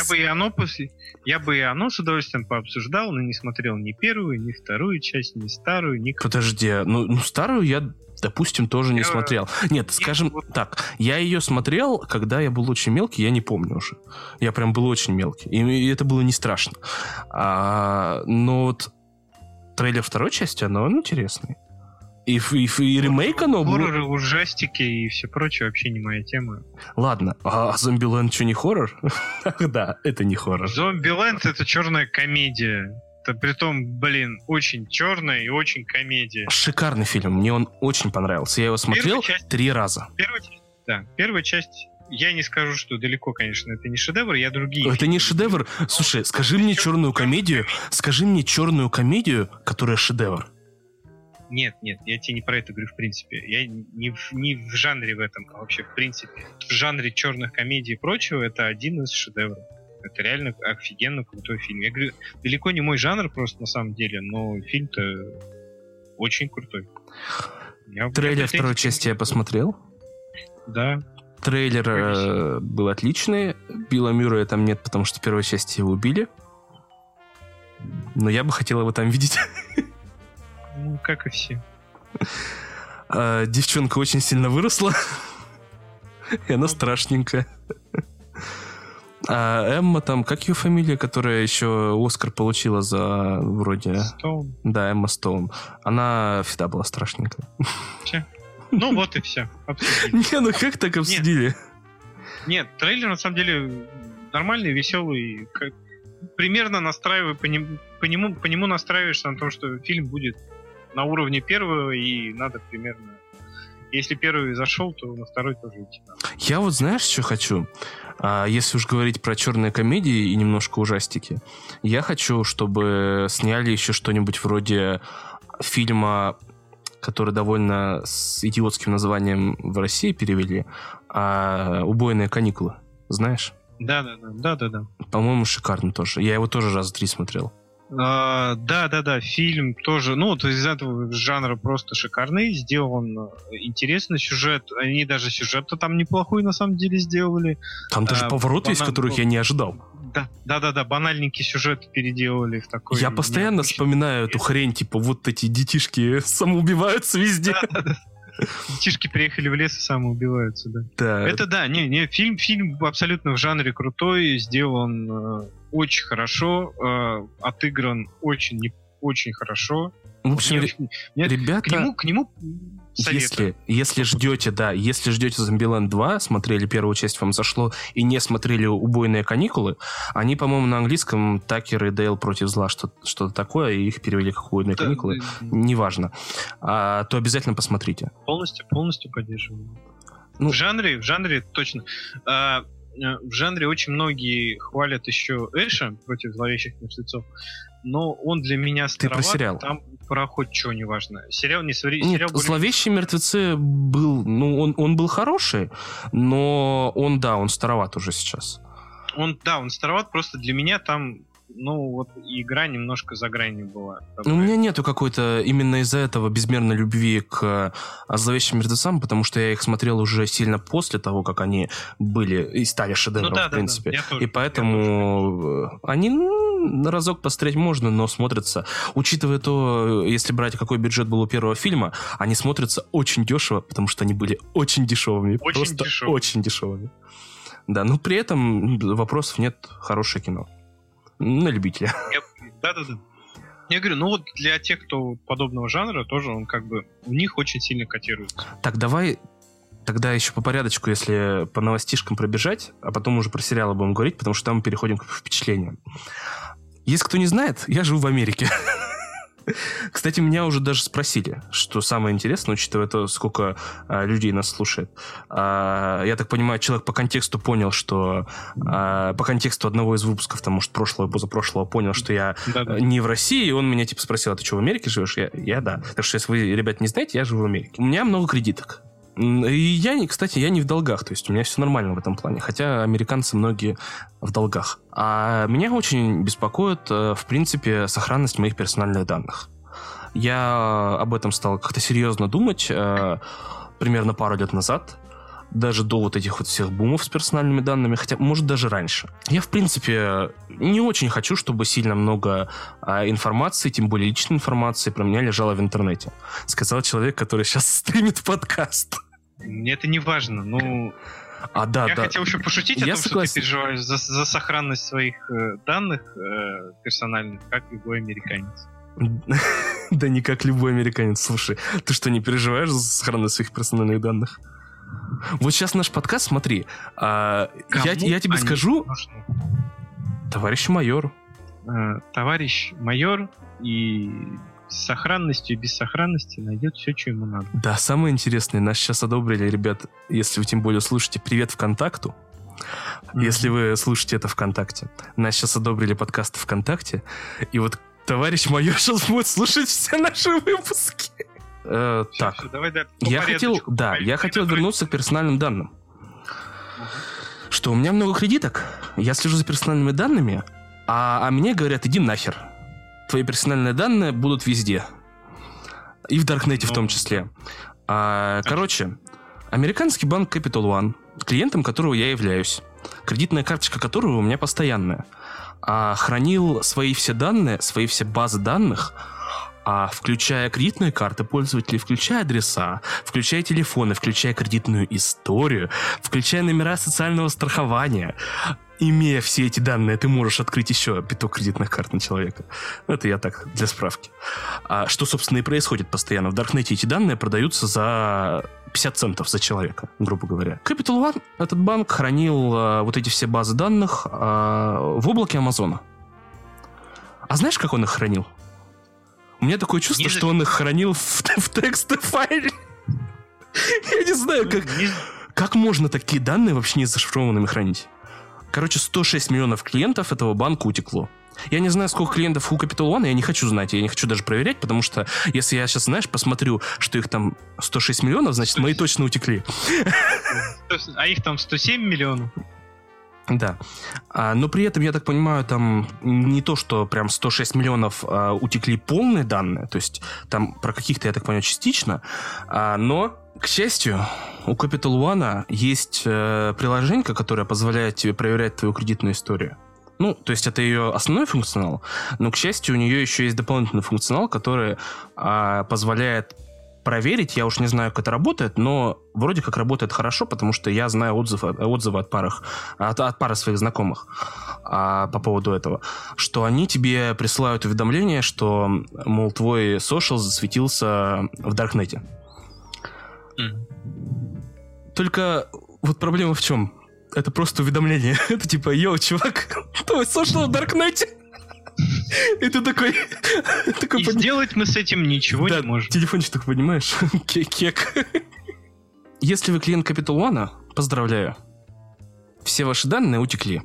бы и оно с удовольствием пообсуждал, но не смотрел ни первую, ни вторую часть, ни старую, ни... Подожди, ну старую я, допустим, тоже не смотрел. Нет, скажем так, я ее смотрел, когда я был очень мелкий, я не помню уже. Я прям был очень мелкий, и это было не страшно. Но вот трейлер второй части, оно интересный. И ремейк оно... Хорроры, ужастики и все прочее вообще не моя тема. Ладно, а Zombieland что, не хоррор? Да, это не хоррор. Zombieland — это черная комедия. Это притом, очень черная и очень комедия. Шикарный фильм, мне он очень понравился. Я его смотрел 3 раза. Первая часть... Я не скажу, что далеко, конечно, это не шедевр, я другие... Это не шедевр? Слушай, скажи мне черную комедию, которая шедевр. Нет, я тебе не про это говорю в принципе. Я не в жанре в этом, а вообще в принципе. В жанре черных комедий и прочего это один из шедевров. Это реально офигенно крутой фильм. Я говорю, далеко не мой жанр просто на самом деле, но фильм-то очень крутой. Трейлер второй части я посмотрел. Да. Трейлер был отличный. Билла Мюррея там нет, потому что в первой части его убили. Но я бы хотел его там видеть. Ну, как и все. Девчонка очень сильно выросла. И она страшненькая. А Эмма там, как ее фамилия, которая еще Оскар получила за вроде... Стоун. Да, Эмма Стоун. Она всегда была страшненькая. Че? Ну вот и все. Обсудили. Не, ну как так обсудили? Нет, трейлер на самом деле нормальный, веселый. Примерно настраивай по нему настраиваешься на то, что фильм будет на уровне первого, и надо примерно... Если первый зашел, то на второй тоже идти надо. Я вот знаешь, что хочу? Если уж говорить про черные комедии и немножко ужастики, я хочу, чтобы сняли еще что-нибудь вроде фильма, который довольно с идиотским названием в России перевели, «Убойные каникулы». Знаешь? Да. По-моему, шикарно тоже. Я его тоже раза 3 смотрел. Да, фильм тоже, то есть из этого жанра просто шикарный, сделан интересный сюжет, они даже сюжет-то там неплохой на самом деле сделали. Там даже повороты есть, которых я не ожидал. Да, банальненький сюжет переделали в такой... Я постоянно вспоминаю эту хрень, типа вот эти детишки самоубиваются везде. Да. Детишки приехали в лес и самоубиваются, да. Да. Это да, фильм абсолютно в жанре крутой, сделан очень хорошо, отыгран очень хорошо. В общем, ребята... К нему советую. Если ждете Zombieland 2, смотрели первую часть, вам зашло, и не смотрели «Убойные каникулы», они, по-моему, на английском «Такер и Дейл против зла», что-то такое, и их перевели как «Убойные каникулы». Неважно. То обязательно посмотрите. Полностью поддерживаю. В жанре точно. В жанре очень многие хвалят еще Эша против зловещих мертвецов, но он для меня староват. Ты про сериал? Там про хоть что, неважно. Сериал не Нет, «Зловещие мертвецы» был... он был хороший, но он староват уже сейчас. Он староват, просто для меня там... игра немножко за гранью была. У меня нету какой-то именно из-за этого безмерной любви к «Зловещим мертвецам», потому что я их смотрел уже сильно после того, как они были и стали шедевром, в принципе. И поэтому они на разок посмотреть можно, но смотрится, учитывая то, если брать, какой бюджет был у первого фильма, они смотрятся очень дешево, потому что они были очень дешевыми. Очень дешевыми. Да, но при этом вопросов нет, хорошее кино. На любителя. Да-да-да. Я говорю, ну вот для тех, кто подобного жанра, тоже он как бы у них очень сильно котируется. Так, давай тогда еще по порядочку, если по новостишкам пробежать, а потом уже про сериалы будем говорить, потому что там мы переходим к впечатлениям. Если кто не знает, я живу в Америке. Кстати, меня уже даже спросили, что самое интересное, учитывая то, сколько людей нас слушает. Я так понимаю, человек по контексту понял, что по контексту одного из выпусков, там, может, прошлого и позапрошлого, понял, что я не в России, и он меня типа спросил: а ты что, в Америке живешь? Я да. Так что, если вы, ребят, не знаете, я живу в Америке. У меня много кредиток. И я, кстати, я не в долгах, то есть у меня все нормально в этом плане, хотя американцы многие в долгах. А меня очень беспокоит, в принципе, сохранность моих персональных данных. Я об этом стал как-то серьезно думать примерно пару лет назад, даже до вот этих вот всех бумов с персональными данными, хотя, может, даже раньше. Я, в принципе, не очень хочу, чтобы сильно много информации, тем более личной информации, про меня лежало в интернете. Сказал человек, который сейчас стримит подкаст. Мне это не важно, ну... Я хотел еще пошутить о том, что ты переживаешь за сохранность своих данных персональных, как любой американец. Да не как любой американец. Слушай, ты что, не переживаешь за сохранность своих персональных данных? Вот сейчас наш подкаст, смотри, я тебе скажу, товарищ майор. Товарищ майор и с сохранностью и без сохранности найдет все, что ему надо. Да, самое интересное, нас сейчас одобрили, ребят, если вы тем более слушаете «Привет ВКонтакту», если вы слушаете это ВКонтакте, нас сейчас одобрили подкасты ВКонтакте, и вот товарищ майор сейчас будет слушать все наши выпуски. Так, все, давай, я хотел вернуться к персональным данным. Что у меня много кредиток, я слежу за персональными данными, а мне говорят: иди нахер. Твои персональные данные будут везде. И в Даркнете в том числе. Короче, американский банк Capital One, клиентом которого я являюсь, кредитная карточка которого у меня постоянная, хранил свои все данные, свои все базы данных, включая кредитные карты пользователей, включая адреса, включая телефоны, включая кредитную историю, включая номера социального страхования. Имея все эти данные, ты можешь открыть еще пяток кредитных карт на человека. Это я так, для справки. Что, собственно, и происходит постоянно. В Даркнете эти данные продаются за 50 центов за человека, грубо говоря. Capital One, этот банк, хранил вот эти все базы данных в облаке Амазона. А знаешь, как он их хранил? У меня такое чувство, что он их хранил в текстовом файле. Я не знаю, как можно такие данные вообще не зашифрованными хранить. Короче, 106 миллионов клиентов этого банка утекло. Я не знаю, сколько клиентов у Capital One, я не хочу знать, я не хочу даже проверять, потому что если я сейчас, знаешь, посмотрю, что их там 106 миллионов, значит, мои точно утекли. А их там 107 миллионов? Да. Но при этом, я так понимаю, там не то, что прям 106 миллионов утекли полные данные, то есть там про каких-то, я так понимаю, частично, но, к счастью, у Capital One есть приложение, которое позволяет тебе проверять твою кредитную историю. Ну, то есть это ее основной функционал, но, к счастью, у нее еще есть дополнительный функционал, который позволяет проверить, я уж не знаю, как это работает, но вроде как работает хорошо, потому что я знаю отзывы от пары своих знакомых по поводу этого, что они тебе присылают уведомление, что, мол, твой social засветился в Даркнете. Только вот проблема в чем? Это просто уведомление. Это типа: йоу, чувак, твой social в Даркнете. И ты такой... И сделать мы с этим ничего не можем. Телефончик так понимаешь. Кек. Если вы клиент Capital One, поздравляю. Все ваши данные утекли.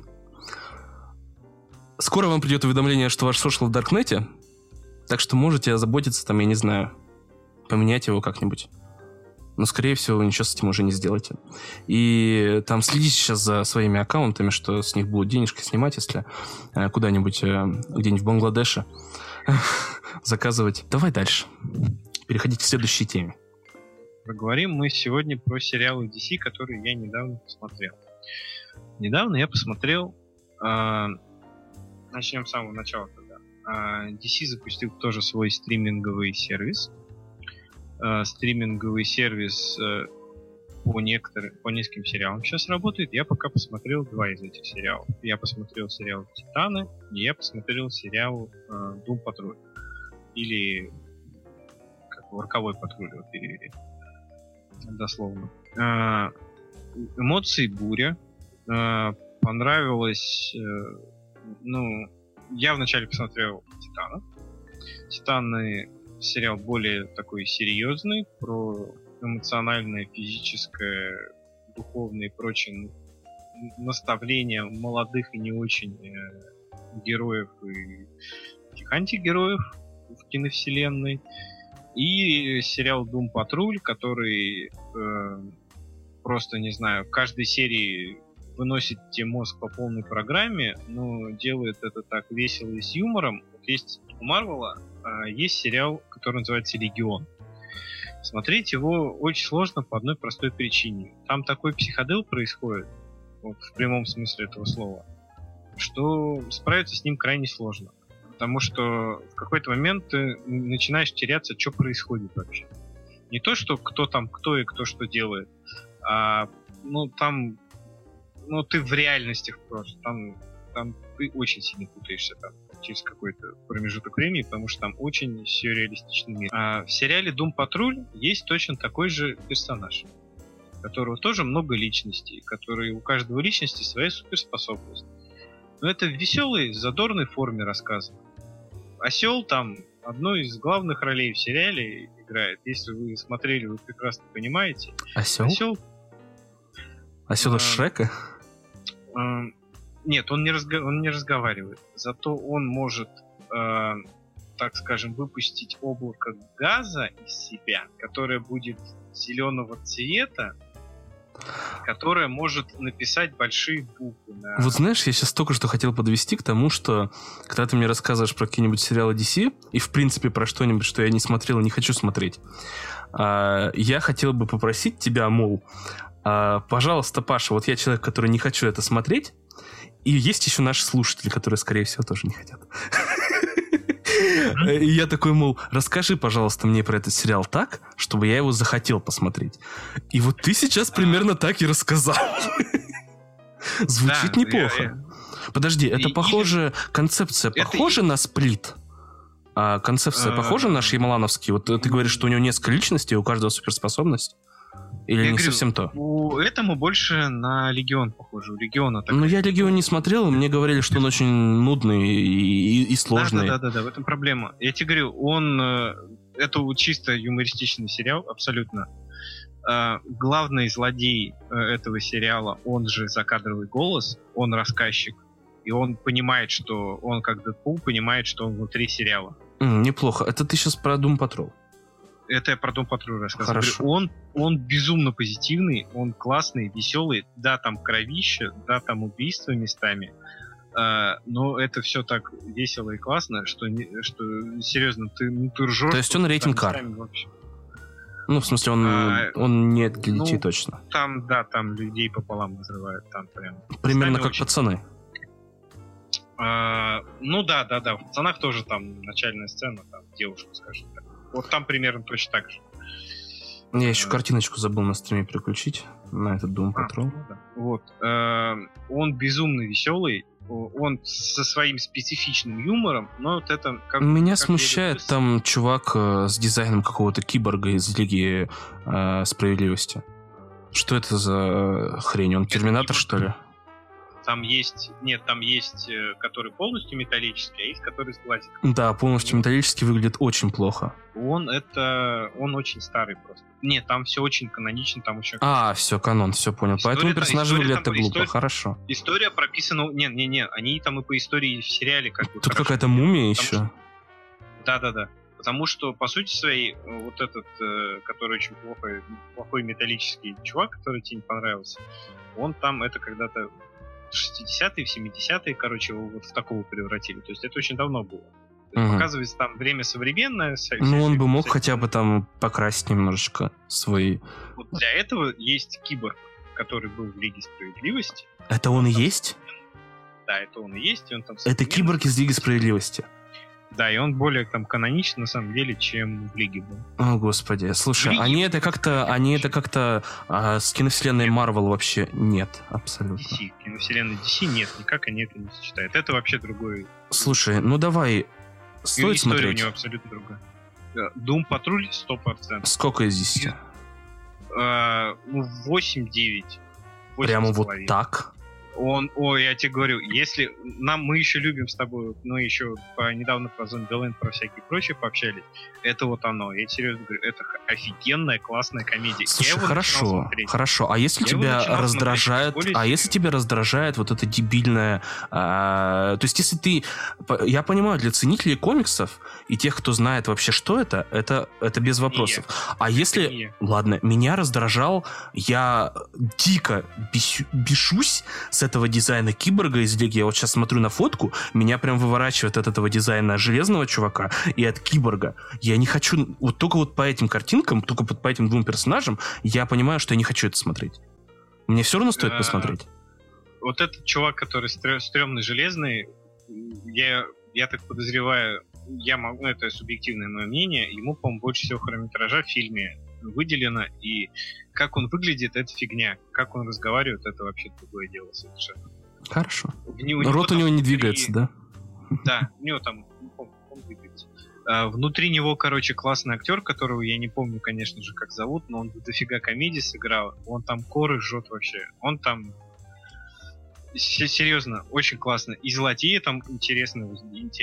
Скоро вам придет уведомление, что ваш social в Даркнете. Так что можете озаботиться, там, я не знаю, поменять его как-нибудь. Но, скорее всего, вы ничего с этим уже не сделаете. И там следите сейчас за своими аккаунтами, что с них будут денежки снимать, если куда-нибудь, где-нибудь в Бангладеше заказывать. Давай дальше. Переходите к следующей теме. Поговорим мы сегодня про сериалы DC, которые я недавно посмотрел. Недавно я посмотрел Начнем с самого начала тогда. DC запустил тоже свой стриминговый сервис. Стриминговый сервис по нескольким сериалам сейчас работает. Я пока посмотрел 2 из этих сериалов. Я посмотрел сериал «Титаны», и я посмотрел сериал «Doom Patrol». Или как «Роковой патруль» его перевели. Дословно. Эмоции буря. Понравилось... я вначале посмотрел «Титанов». «Титаны» сериал более такой серьезный, про эмоциональное, физическое, духовное и прочее наставления молодых и не очень героев и этих антигероев в киновселенной. И сериал Doom Patrol, который просто, не знаю, в каждой серии выносит тебе мозг по полной программе, но делает это так весело и с юмором. Вот есть у Марвела есть сериал, который называется «Легион». Смотреть его очень сложно по одной простой причине. Там такой психодел происходит, вот, в прямом смысле этого слова, что справиться с ним крайне сложно. Потому что в какой-то момент ты начинаешь теряться, что происходит вообще. Не то, что кто и кто что делает, а ты в реальностях просто. Там ты очень сильно путаешься там через какой-то промежуток времени, потому что там очень сюрреалистичный мир. А в сериале Doom Patrol есть точно такой же персонаж, у которого тоже много личностей, который у каждого личности своя суперспособность. Но это в веселой, задорной форме рассказано. Осел там одну из главных ролей в сериале играет. Если вы смотрели, вы прекрасно понимаете. Осел? Осел из Шрека? Нет, он не разговаривает. Зато он может, так скажем, выпустить облако газа из себя, которое будет зеленого цвета, которое может написать большие буквы. Вот знаешь, я сейчас только что хотел подвести к тому, что когда ты мне рассказываешь про какие-нибудь сериалы DC и, в принципе, про что-нибудь, что я не смотрел и не хочу смотреть, я хотел бы попросить тебя, мол, пожалуйста, Паша, вот я человек, который не хочу это смотреть, и есть еще наши слушатели, которые, скорее всего, тоже не хотят. И я такой, мол, расскажи, пожалуйста, мне про этот сериал так, чтобы я его захотел посмотреть. И вот ты сейчас примерно так и рассказал. Звучит неплохо. Подожди, это похоже... Концепция похожа на «Сплит»? А концепция похожа на Шьямалановский? Вот ты говоришь, что у него несколько личностей, у каждого суперспособность? Или не совсем то? Этому больше на «Легион» похоже. У «Легиона» так. Ну, я «Легион» не смотрел, мне говорили, что он очень нудный и сложный. Да, в этом проблема. Я тебе говорю, это чисто юмористичный сериал, абсолютно. Главный злодей этого сериала, он же закадровый голос, он рассказчик, и он понимает, что он, как Дэдпул, понимает, что он внутри сериала. Неплохо. Это ты сейчас про Doom Patrol? Это я про Doom Patrol рассказываю. Хорошо. Он безумно позитивный, он классный, веселый. Да, там кровище, да, там убийства местами. Но это все так весело и классно, что серьезно, ты ржешь. То есть он рейтинг R? Ну, в смысле, он не для детей точно. Там людей пополам разрывают. Там прям. Примерно как «Пацаны». Да. В «Пацанах» тоже там начальная сцена, там девушка, скажем так. Вот там примерно точно так же. Я еще картиночку забыл на стриме переключить на этот Doom Patrol. Вот. Он безумно веселый, он со своим специфичным юмором, но вот это... Меня смущает там чувак с дизайном какого-то киборга из Лиги Справедливости. Что это за хрень? Он терминатор, что ли? Там есть, который полностью металлический, а есть который с глазиком. Да, полностью металлический выглядит очень плохо. Он очень старый просто. Нет, там все очень канонично, там еще... Все, канон, все понял. Поэтому персонажи выглядят так глупо, хорошо. История прописана... Не, они там и по истории в сериале как бы... Тут какая-то мумия еще. Да. Потому что, по сути своей, вот этот, который очень плохой металлический чувак, который тебе не понравился, он там, это когда-то в 60-е, в 70-е, короче, его вот в такого превратили. То есть это очень давно было. Показывается там время современное. Он бы мог хотя бы там покрасить немножечко свои... Вот для этого есть киборг, который был в Лиге Справедливости. Это он и есть? Да, это он и есть, и он там... Это Киборг из Лиги Справедливости. Да, и он более там каноничен, на самом деле, чем в Лиге был. О, господи. Слушай, они это как-то с киновселенной Марвел вообще нет, абсолютно. DC. Киновселенной DC нет, никак они это не сочетают. Это вообще другой... Слушай, ну давай, стоит история смотреть? у него абсолютно другая. Doom Patrol 100%. Сколько из 10? 8-9. Прямо вот так? Я тебе говорю, если мы еще любим с тобой, мы еще недавно про Zombieland, про всякие прочие пообщались, это вот оно. Я серьезно говорю, это офигенная, классная комедия. Слушай, хорошо. А если тебя раздражает вот это дебильное... то есть, если ты... Я понимаю, для ценителей комиксов и тех, кто знает вообще, что это без вопросов. А если... Ладно, меня раздражал, я дико бешусь с этого дизайна Киборга из Лиги. Я вот сейчас смотрю на фотку, меня прям выворачивает от этого дизайна Железного Чувака и от Киборга. Я не хочу... Вот только вот по этим картинкам, только по этим двум персонажам, я понимаю, что я не хочу это смотреть. Мне все равно стоит посмотреть. Вот этот чувак, который стрёмный Железный, я так подозреваю, это субъективное мое мнение, ему, по-моему, больше всего хронометража в фильме выделено, и как он выглядит, это фигня. Как он разговаривает, это вообще другое дело совершенно. Хорошо. Рот у него не двигается, да? Да, у него там он двигается. Внутри него, короче, классный актер, которого я не помню, конечно же, как зовут, но он дофига комедий сыграл. Он там коры жжет вообще. Он там... Серьезно, очень классно. И злодея там интересного.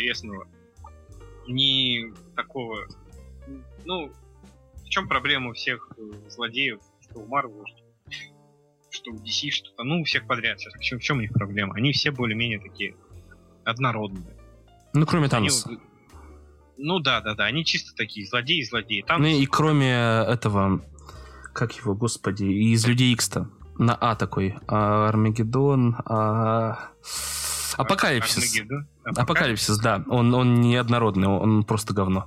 Не такого... Ну, в чем проблема у всех злодеев, что у Marvel, что у DC, что-то, у всех подряд сейчас. В чем у них проблема? Они все более-менее такие однородные. Ну, кроме Таноса. Да, они чисто такие злодеи. Ну и кроме этого, как его, господи, из Людей Икс-то, на А такой, Армагеддон, Апокалипсис. Апокалипсис, да. Он не однородный, он просто говно.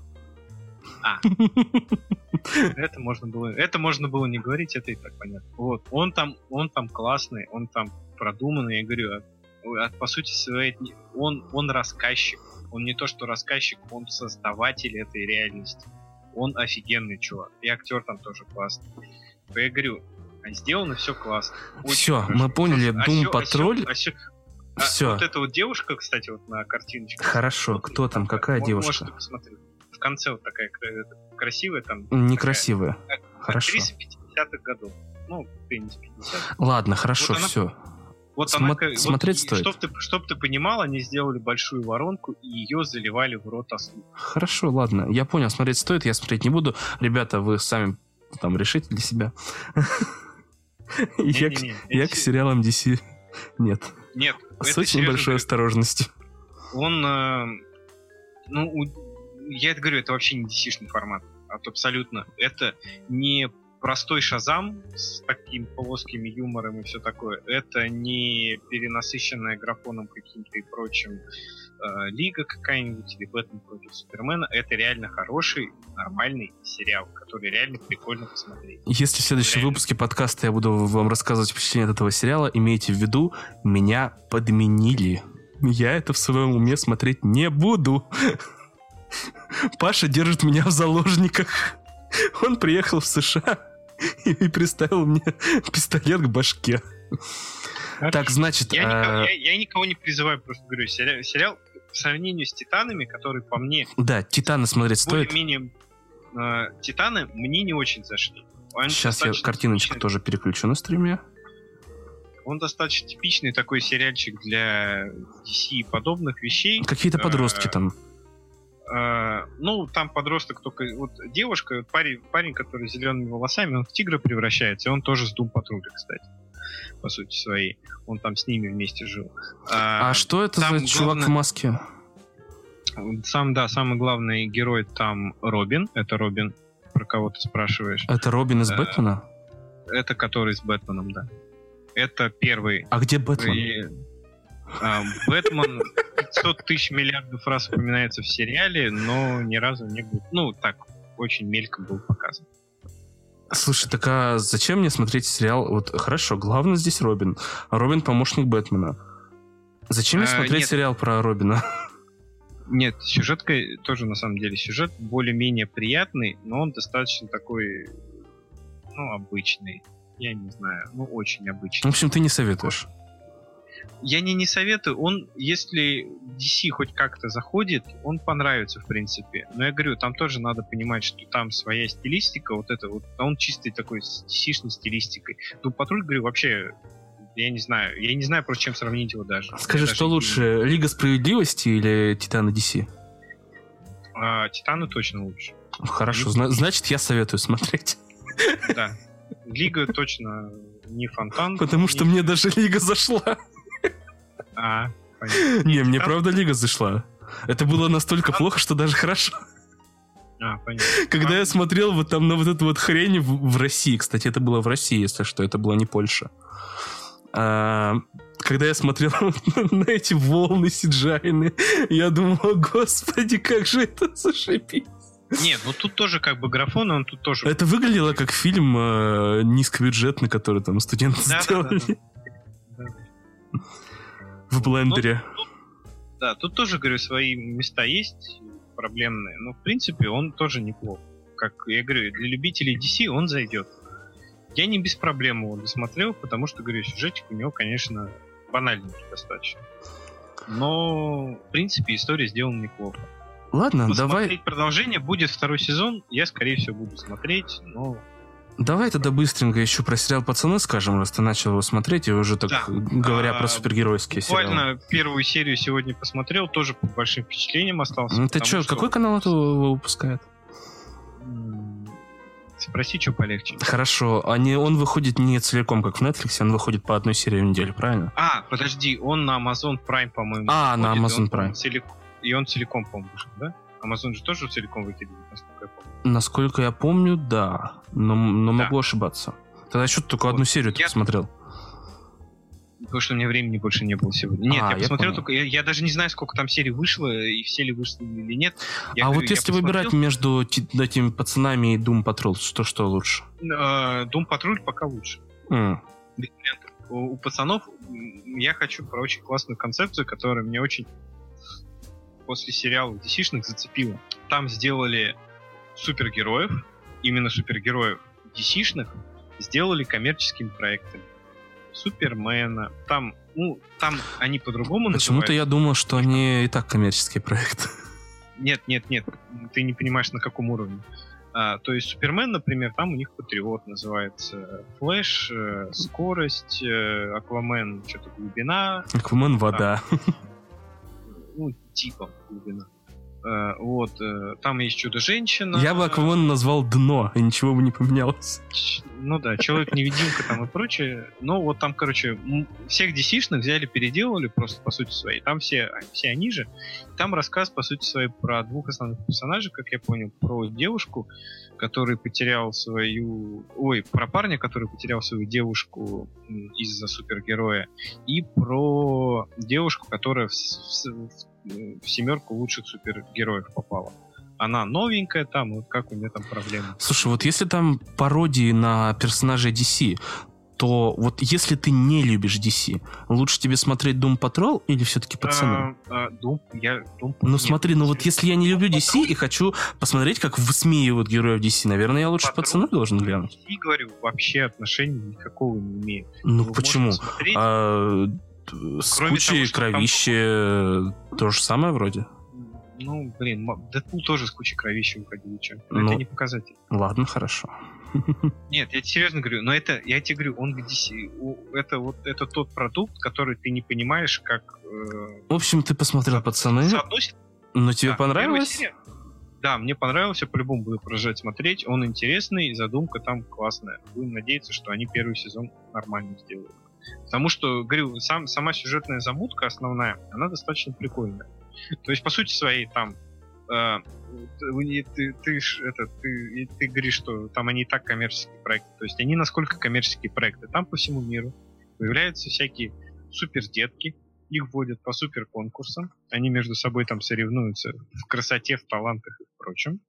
Это можно было не говорить, это и так понятно. Вот. Он там классный, он там продуманный, я говорю, по сути своей, он рассказчик. Он не то что рассказчик, он создаватель этой реальности. Он офигенный чувак. И актер там тоже классный. Я говорю, сделано все классно. Все, мы поняли, Doom Patrol. Все. Вот эта вот девушка, кстати, вот на картиночке. Хорошо, кто там, какая девушка? Можете посмотреть. В конце вот такая красивая там. Некрасивая. Хорошо. Актриса 50-х годов. Пенис 50. Ладно, хорошо, вот все. Вот смотреть стоит. Чтоб ты понимал, они сделали большую воронку и ее заливали в рот ослу. Хорошо, ладно. Я понял, смотреть стоит, я смотреть не буду. Ребята, вы сами там решите для себя. Я к сериалам DC нет. Нет. С очень большой осторожностью. Я это говорю, это вообще не DC-шный формат. Абсолютно. Это не простой Шазам с таким плоским юмором и все такое. Это не перенасыщенная графоном каким-то и прочим Лига какая-нибудь или Бэтмен против Супермена. Это реально хороший, нормальный сериал, который реально прикольно посмотреть. Если в следующем выпуске подкаста я буду вам рассказывать впечатление от этого сериала, имейте в виду, меня подменили. Я это в своем уме смотреть не буду. Паша держит меня в заложниках. Он приехал в США и приставил мне пистолет к башке. Так, значит... Я никого не призываю, просто говорю, сериал по сравнению с «Титанами», которые по мне... Да, «Титаны» смотреть стоит. Более-менее «Титаны» мне не очень зашли. Сейчас я картиночку тоже переключу на стриме. Он достаточно типичный такой сериальчик для DC и подобных вещей. Какие-то подростки там. Там подросток только... Вот девушка, парень, который с зелеными волосами, он в тигра превращается, и он тоже с Doom Patrol, кстати, по сути своей. Он там с ними вместе жил. А что это за чувак в маске? Самый главный герой там Робин. Это Робин, про кого ты спрашиваешь. Это Робин из Бэтмена? Это который с Бэтменом, да. Это первый. А где Бэтмен? Бэтмен 500 тысяч миллиардов раз упоминается в сериале, но ни разу не был... так, очень мельком был показан. Слушай, так а зачем мне смотреть сериал? Вот хорошо, главное здесь Робин. Робин помощник Бэтмена. Зачем мне смотреть нет. сериал про Робина? Нет, сюжетка тоже, на самом деле, сюжет более-менее приятный, но он достаточно такой, обычный. Я не знаю, очень В обычный. общем, ты не советуешь. Я не советую. Он, если DC хоть как-то заходит, он понравится, в принципе. Но я говорю, там тоже надо понимать, что там своя стилистика, он чистый такой с DC-шной стилистикой. Ну, Патруль, говорю, вообще, я не знаю, просто чем сравнить его даже. Скажи, что лучше, Лига Справедливости или Титаны DC? Титаны точно лучше. Хорошо, значит, я советую смотреть. Да. Лига точно не фонтан. Потому что мне даже Лига зашла. Понятно. Не, мне правда Лига зашла. Это было настолько плохо, что даже хорошо. Понятно. Когда я смотрел вот там на вот эту вот хрень в России, кстати, это было в России, если что, это было не Польша. Когда я смотрел на эти волны сиджайны, я думал, о господи, как же это зашибись. Нет, тут тоже как бы графон, он тут тоже... Это выглядело как фильм низкобюджетный, который там студенты сделали. В блендере. Тут тоже, говорю, свои места есть проблемные, но в принципе он тоже неплох. Как я говорю, для любителей DC он зайдет. Я не без проблем его досмотрел, потому что, говорю, сюжетик у него, конечно, банальненький достаточно. Но, в принципе, история сделана неплохо. Ладно, Посмотреть продолжение, будет второй сезон, я, скорее всего, буду смотреть, но... Давай тогда быстренько еще про сериал «Пацаны» скажем, раз ты начал его смотреть, и уже так, говоря про супергеройские сериалы. Буквально первую серию сегодня посмотрел, тоже под большим впечатлением остался. Ты что, какой канал это выпускает? Спроси, что полегче. Хорошо, он выходит не целиком, как в Netflix, он выходит по одной серии в неделю, правильно? Подожди, он на Amazon Prime, по-моему. На Amazon Prime. И он целиком, по-моему, вышел, да? Amazon же тоже целиком выкидывает, насколько я помню. Насколько я помню, да. Но могу ошибаться. Тогда что ты только одну серию посмотрел? Потому что у меня времени больше не было сегодня. Нет, я посмотрел только... Я даже не знаю, сколько там серий вышло, и все ли вышло или нет. Если выбирать между этими пацанами и Doom Patrol, что лучше? Doom Patrol пока лучше. У пацанов я хочу про очень классную концепцию, которая мне очень после сериалов DC-шных зацепила. Там сделали супергероев, именно супергероев DC-шных, сделали коммерческими проектами. Супермена, там они по-другому называют. Почему-то я думал, что они и так коммерческие проекты. Нет, ты не понимаешь, на каком уровне. То есть Супермен, например, там у них Патриот называется, Флэш, скорость, Аквамен, что-то глубина. Аквамен вода. Типа глубина. Там есть Чудо-женщина. Я бы Аквамен назвал дно, и ничего бы не поменялось. Человек-невидимка там и прочее. Но там, короче, всех DC-шных взяли, переделали просто по сути своей. Там все они же. Там рассказ, по сути своей, про двух основных персонажей, как я понял, про девушку, который потерял про парня, который потерял свою девушку из-за супергероя, и про девушку, которая в семерку лучших супергероев попала. Она новенькая там, как у нее там проблемы. Слушай, если там пародии на персонажей DC, то если ты не любишь DC, лучше тебе смотреть Doom Patrol или все-таки Пацаны? Doom смотри, если я не люблю DC и хочу посмотреть, как высмеивают героев DC, наверное, я лучше Пацаны должен глянуть. И говорю, вообще отношения никакого не имеет. Почему? С кучей кровища то же самое вроде? Дэдпул тоже с кучей кровища выходил, но это не показатель. Ладно, хорошо. Нет, я тебе серьезно говорю, но я тебе говорю, он это тот продукт, который ты не понимаешь, как... В общем, ты посмотрел «Пацаны», но тебе понравилось? Да, мне понравилось, я по-любому буду продолжать смотреть, он интересный, задумка там классная. Будем надеяться, что они первый сезон нормально сделают. Потому что, говорю, сама сюжетная замутка основная, она достаточно прикольная. То есть, по сути своей, там ты говоришь, что там они и так коммерческие проекты. То есть они насколько коммерческие проекты. Там по всему миру появляются всякие супердетки, их вводят по суперконкурсам, они между собой там соревнуются в красоте, в талантах и в прочем.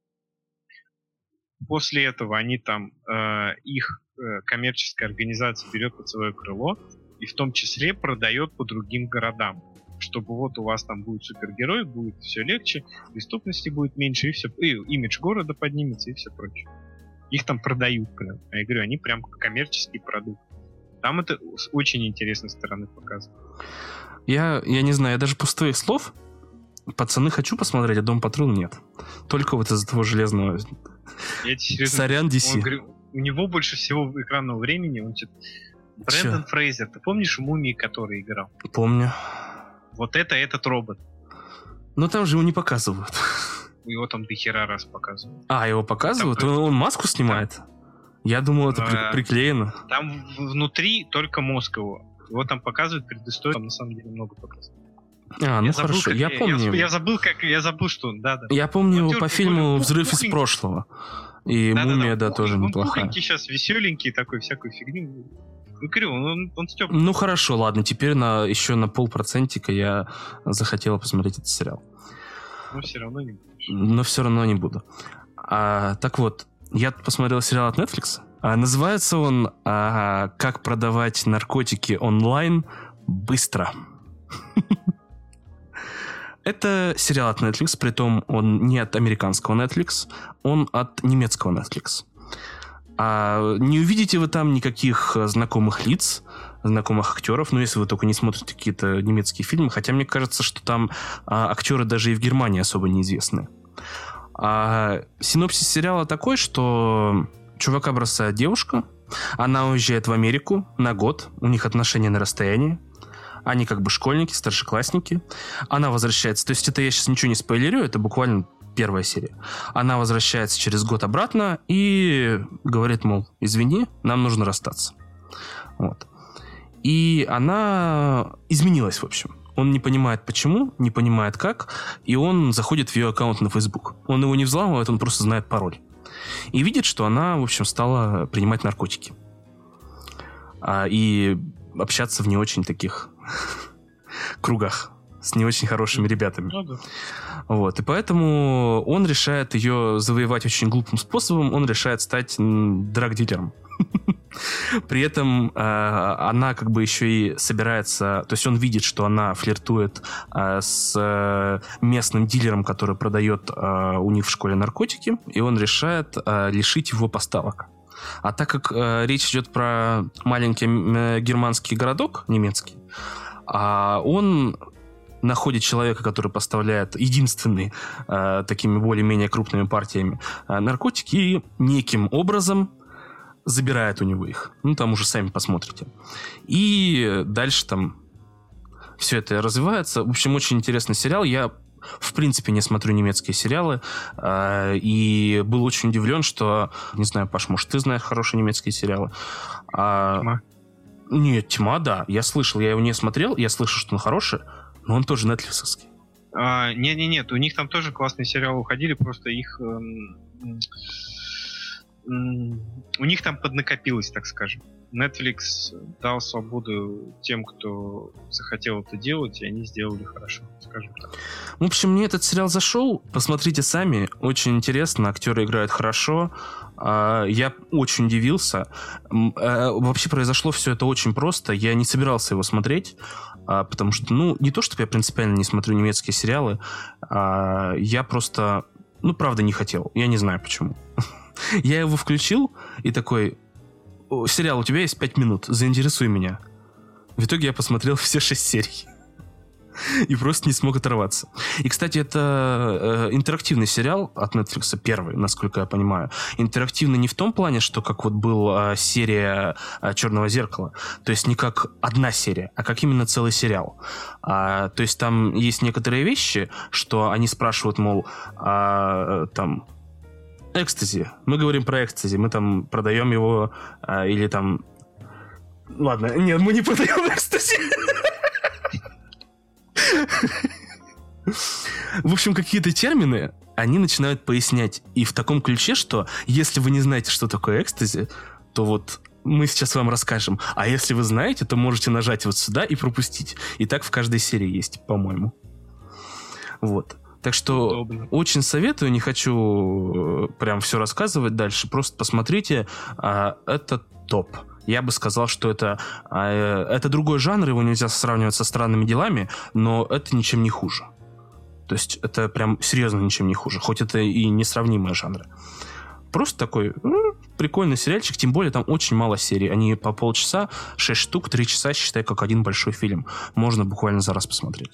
После этого они там их коммерческая организация берет под свое крыло и в том числе продает по другим городам. чтобы вот у вас там будет супергерой, будет все легче, преступности будет меньше, и все, и имидж города поднимется, и все прочее. Их там продают прям. А я говорю, они прям коммерческий продукт. Там это с очень интересной стороны показано. Я не знаю, я даже после твоих слов «Пацаны» хочу посмотреть, а «Дом Патрул» нет. Только вот из-за того железного... Сорян, DC. У него больше всего экранного времени. Он Брэндон Фрейзер. Ты помнишь «Мумии», который играл? Помню. Вот этот робот. Но там же его не показывают. Его там до хера раз показывают. Его показывают? Там, он маску снимает? Да. Я думал, это приклеено. Там внутри только мозг его. Его там показывают предысторию. Там на самом деле много показывают. Хорошо, я помню. Я забыл, что он, да. Я помню его по фильму «Взрыв из прошлого». И «Мумия», да, тоже неплохая. Он сейчас веселенький такой, всякую фигню. Он стёб. Ну хорошо, ладно, теперь еще на 0,5% я захотел посмотреть этот сериал. Но все равно не буду. Но все равно не буду. Так вот, я посмотрел сериал от Netflix. Называется он «Как продавать наркотики онлайн быстро». Это сериал от Netflix, притом он не от американского Netflix, он от немецкого Netflix. Не увидите вы там никаких знакомых лиц, знакомых актеров, если вы только не смотрите какие-то немецкие фильмы, хотя мне кажется, что там актеры даже и в Германии особо неизвестны. Синопсис сериала такой, что чувака бросает девушка, она уезжает в Америку на год, у них отношения на расстоянии, они как бы школьники, старшеклассники, она возвращается, то есть это я сейчас ничего не спойлерю, это буквально первая серия. Она возвращается через год обратно и говорит, мол, извини, нам нужно расстаться. Вот. И она изменилась, в общем. Он не понимает почему, не понимает как, и он заходит в ее аккаунт на Facebook. Он его не взламывает, он просто знает пароль. И видит, что она, в общем, стала принимать наркотики. И общаться в не очень таких кругах с не очень хорошими ребятами. Вот. И поэтому он решает ее завоевать очень глупым способом. Он решает стать драг-дилером. При этом она как бы еще и собирается... То есть он видит, что она флиртует с местным дилером, который продает у них в школе наркотики, и он решает лишить его поставок. А так как речь идет про маленький германский городок, немецкий, он находит человека, который поставляет единственный такими более-менее крупными партиями наркотики и неким образом забирает у него их. Там уже сами посмотрите. И дальше там все это развивается. В общем, очень интересный сериал. Я в принципе не смотрю немецкие сериалы и был очень удивлен, что, не знаю, Паш, может, ты знаешь хорошие немецкие сериалы? «Тьма». Нет, «Тьма», да. Я слышал, я его не смотрел, я слышу, что он хороший, но он тоже нетфликсовский. Нет, у них там тоже классные сериалы уходили, просто их... у них там поднакопилось, так скажем. Netflix дал свободу тем, кто захотел это делать, и они сделали хорошо, скажем так. В общем, мне этот сериал зашел. Посмотрите сами. Очень интересно. Актеры играют хорошо. Я очень удивился. Вообще произошло все это очень просто. Я не собирался его смотреть, потому что, не то, чтобы я принципиально не смотрю немецкие сериалы. Я просто, правда, не хотел. Я не знаю, почему. Я его включил и такой: сериал, у тебя есть 5 минут, заинтересуй меня. В итоге я посмотрел все 6 серий. И просто не смог оторваться. И, кстати, это интерактивный сериал от Netflix, первый, насколько я понимаю. Интерактивный не в том плане, что как вот была серия «Черного зеркала». То есть не как одна серия, а как именно целый сериал. То есть там есть некоторые вещи, что они спрашивают, мол, там... экстази. Мы говорим про экстази. Мы там продаем его или там... Ладно, нет, мы не продаем экстази. В общем, какие-то термины они начинают пояснять. И в таком ключе, что если вы не знаете, что такое экстази, то вот мы сейчас вам расскажем. А если вы знаете, то можете нажать вот сюда и пропустить. И так в каждой серии есть, по-моему. Вот. Так что удобно. Очень советую, не хочу прям все рассказывать дальше, просто посмотрите, это топ. Я бы сказал, что это другой жанр, его нельзя сравнивать со «Странными делами», но это ничем не хуже. То есть это прям серьезно ничем не хуже, хоть это и несравнимые жанры. Просто такой прикольный сериальчик, тем более там очень мало серий. Они по полчаса, 6 штук, 3 часа, считай, как один большой фильм. Можно буквально за раз посмотреть.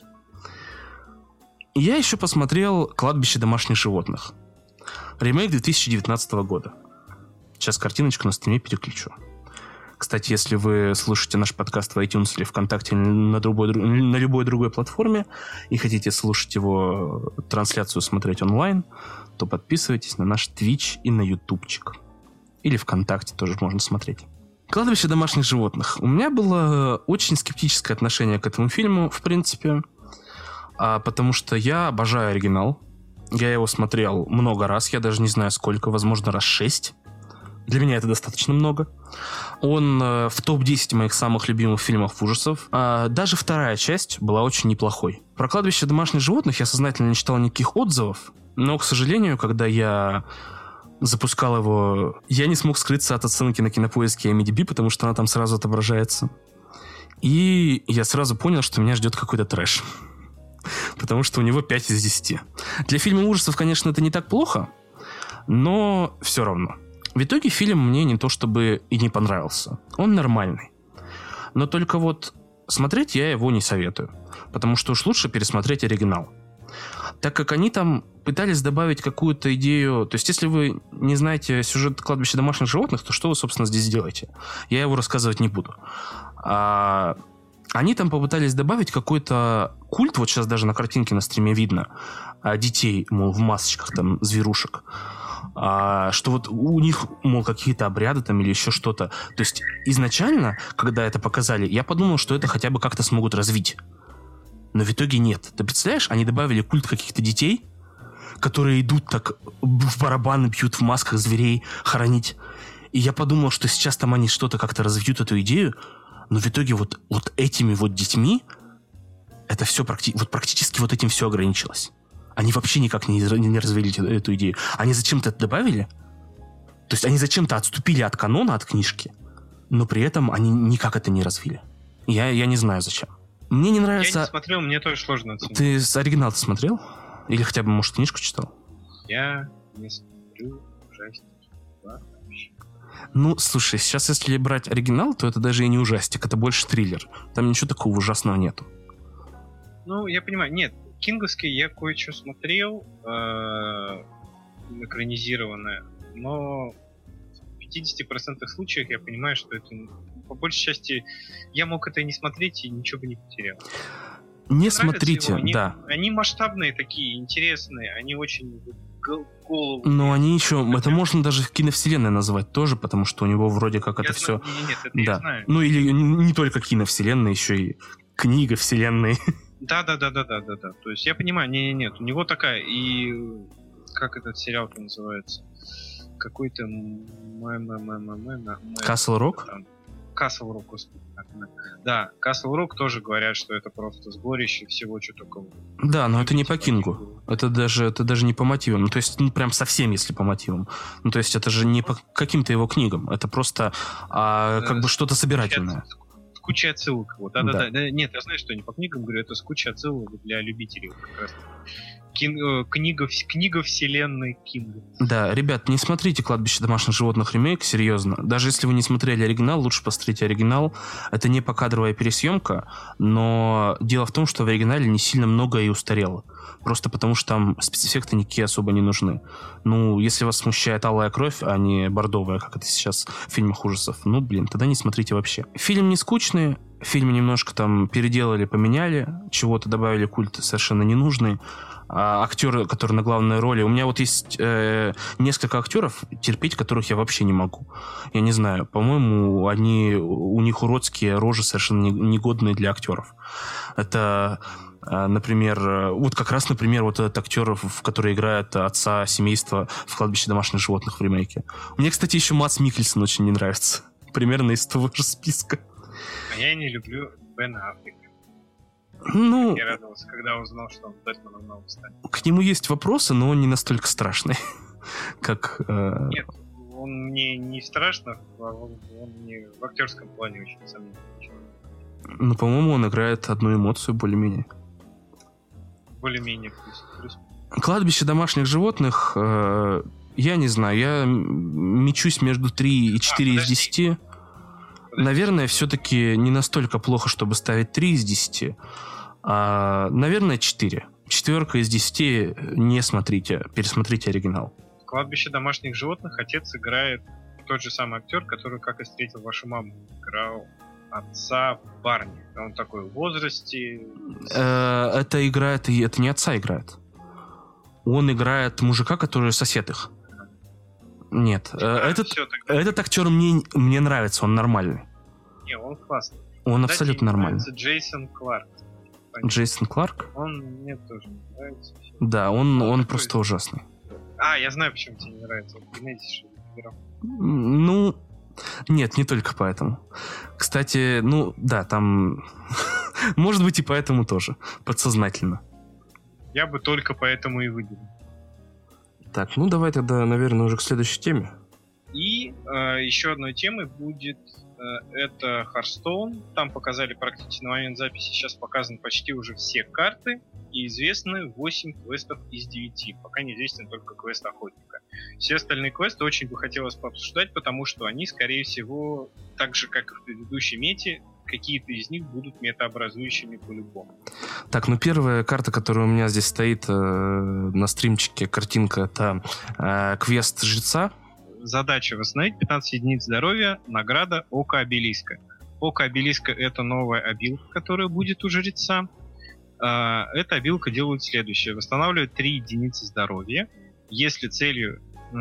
Я еще посмотрел «Кладбище домашних животных». Ремейк 2019 года. Сейчас картиночку на стриме переключу. Кстати, если вы слушаете наш подкаст в iTunes или ВКонтакте, или на любой другой платформе, и хотите слушать его трансляцию, смотреть онлайн, то подписывайтесь на наш Twitch и на ютубчик. Или ВКонтакте тоже можно смотреть. «Кладбище домашних животных». У меня было очень скептическое отношение к этому фильму, в принципе, потому что я обожаю оригинал. Я его смотрел много раз, я даже не знаю сколько, возможно, раз 6. Для меня это достаточно много. Он в топ-10 моих самых любимых фильмов ужасов. Даже вторая часть была очень неплохой. Про «Кладбище домашних животных» я сознательно не читал никаких отзывов, но, к сожалению, когда я запускал его, я не смог скрыться от оценки на Кинопоиске и IMDb, потому что она там сразу отображается. И я сразу понял, что меня ждет какой-то трэш. Потому что у него 5 из 10. Для фильма ужасов, конечно, это не так плохо, но все равно. В итоге фильм мне не то чтобы и не понравился. Он нормальный. Но только вот смотреть я его не советую. Потому что уж лучше пересмотреть оригинал. Так как они там пытались добавить какую-то идею... То есть, если вы не знаете сюжет «Кладбища домашних животных», то что вы, собственно, здесь делаете? Я его рассказывать не буду. Они там попытались добавить какой-то культ, вот сейчас даже на картинке на стриме видно, детей, мол, в масочках, там, зверушек. Что вот у них, мол, какие-то обряды там или еще что-то. То есть изначально, когда это показали, я подумал, что это хотя бы как-то смогут развить. Но в итоге нет. Ты представляешь, они добавили культ каких-то детей, которые идут так в барабаны, бьют в масках зверей хоронить. И я подумал, что сейчас там они что-то как-то развьют эту идею, но в итоге вот этими вот детьми это все практически вот этим все ограничилось. Они вообще никак не развили эту идею. Они зачем-то это добавили. То есть они зачем-то отступили от канона, от книжки, но при этом они никак это не развили. Я не знаю зачем. Мне не нравится... Я не смотрел, мне тоже сложно оценить. Ты оригинал-то смотрел? Или хотя бы, может, книжку читал? Я не смотрю ужастики. Ну, слушай, сейчас если брать оригинал, то это даже и не ужастик, это больше триллер. Там ничего такого ужасного нету. Ну, я понимаю. Нет, кинговский я кое-что смотрел, экранизированное, но в 50% случаев я понимаю, что это, по большей части, я мог это и не смотреть, и ничего бы не потерял. Не смотрите, да. Они масштабные такие, интересные, они очень голову... Но они еще... Это можно даже киновселенной назвать тоже, потому что у него вроде как это все... Нет, это да. я знаю. Ну или не только киновселенная, еще и книга вселенной. Да. То есть я понимаю, нет, у него такая, и как этот сериал-то называется? Какой-то Castle Rock? Castle Rock, господи. Да, Castle Rock тоже говорят, что это просто сборище всего, что только... Да, но это не по Кингу. Это даже не по мотивам. Ну, то есть, прям совсем, если по мотивам. Ну, то есть, это же не по каким-то его книгам. Это просто как бы что-то собирательное. С кучей отсылок. Вот. Да. Нет, я знаю, что я не по книгам говорю, это с кучей отсылок для любителей. Вот, как раз. Книга вселенной Кинга. Да, ребят, не смотрите «Кладбище домашних животных» ремейк, серьезно. Даже если вы не смотрели оригинал, лучше посмотрите оригинал. Это не покадровая пересъемка, но дело в том, что в оригинале не сильно много и устарело. Просто потому, что там спецэффекты никакие особо не нужны. Ну, если вас смущает алая кровь, а не бордовая, как это сейчас в фильмах ужасов, ну, блин, тогда не смотрите вообще. Фильм не скучный, в фильме немножко там переделали, поменяли, чего-то добавили культы совершенно ненужные. Актеры, которые на главной роли. У меня вот есть несколько актеров, терпеть которых я вообще не могу. Я не знаю, по-моему, у них уродские рожи совершенно негодные для актеров. Это, например, вот как раз, например, вот этот актер, который играет отца семейства в «Кладбище домашних животных» в ремейке. Мне, кстати, еще Мадс Миккельсен очень не нравится. Примерно из того же списка. А я не люблю Бена Аффлека. Ну, я радовался, когда узнал, что он Бэтменом новым станет. К нему есть вопросы, но он не настолько страшный, как... Нет, он мне не страшно, он мне в актерском плане очень сомнительный. Ну, по-моему, он играет одну эмоцию более-менее. Более-менее плюс. Кладбище домашних животных, я не знаю, я мечусь между 3 и 4 из 10. Наверное, все-таки не настолько плохо, чтобы ставить 3 из 10. Наверное, 4. 4 из 10 не смотрите, пересмотрите оригинал. В «Кладбище домашних животных» отец играет тот же самый актер, который, как и «Встретил вашу маму», играл отца Барни. Он такой в возрасте. Это играет, это не отца играет. Он играет мужика, который сосед их. Нет, этот актер мне нравится, он нормальный. Не, он классный. Он абсолютно нормальный. Джейсон Кларк. Джейсон Кларк? Он мне тоже не нравится. Да, он просто ужасный. Я знаю, почему тебе не нравится. Ну, нет, не только поэтому. Кстати, да, там... Может быть, и поэтому тоже. Подсознательно. Я бы только поэтому и выделил. Так, давай тогда, наверное, уже к следующей теме. И еще одной темой будет это Hearthstone. Там показали практически на момент записи. Сейчас показаны почти уже все карты. И известны 8 квестов из 9. Пока неизвестен только квест Охотника. Все остальные квесты очень бы хотелось пообсуждать, потому что они, скорее всего, так же, как и в предыдущей мете, какие-то из них будут метаобразующими по-любому. Так, первая карта, которая у меня здесь стоит на стримчике, картинка, это квест Жреца. Задача восстановить 15 единиц здоровья, награда Око Обелиска. Око Обелиска — это новая обилка, которая будет у Жреца. Эта обилка делает следующее. Восстанавливает 3 единицы здоровья. Если целью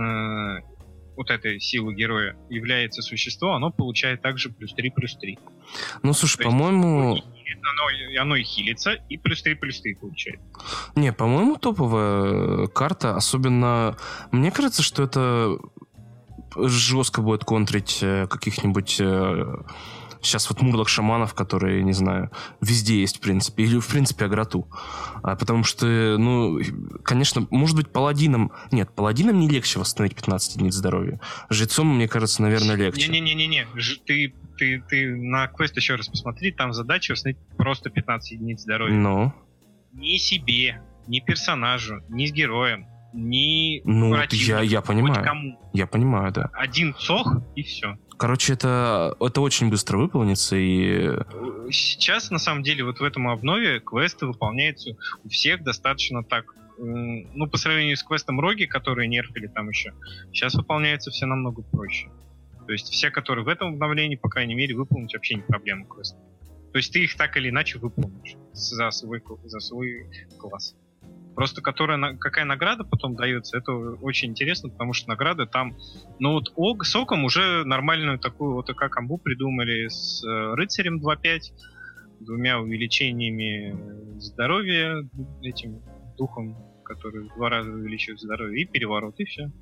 вот этой силы героя является существо, оно получает также +3/+3. Слушай, по-моему... Оно и хилится, и +3/+3 получает. Не, по-моему, топовая карта. Особенно... Мне кажется, что это жестко будет контрить каких-нибудь... Сейчас вот мурлок шаманов, которые, не знаю, везде есть, в принципе. Или, в принципе, агроту. Потому что, конечно, может быть, паладинам... Нет, паладинам не легче восстановить 15 единиц здоровья. Жрецом, мне кажется, наверное, легче. Не-не-не-не. Ты на квест еще раз посмотри. Там задача восстановить просто 15 единиц здоровья. Ни себе, ни персонажу, ни с героем, ни противнику. Я понимаю. Кому. Я понимаю, да. Один цох, и все. Короче, это очень быстро выполнится, и... Сейчас, на самом деле, вот в этом обнове квесты выполняются у всех достаточно так. По сравнению с квестом Роги, которые нерфили там еще, сейчас выполняются все намного проще. То есть все, которые в этом обновлении, по крайней мере, выполнить вообще не проблема квеста. То есть ты их так или иначе выполнишь за свой класс. Просто какая награда потом дается, это очень интересно, потому что награды там... с Оком уже нормальную такую ОТК комбу придумали с рыцарем 2.5, 2 увеличениями здоровья, этим духом, который в 2 раза увеличивает здоровье, и переворот, и все.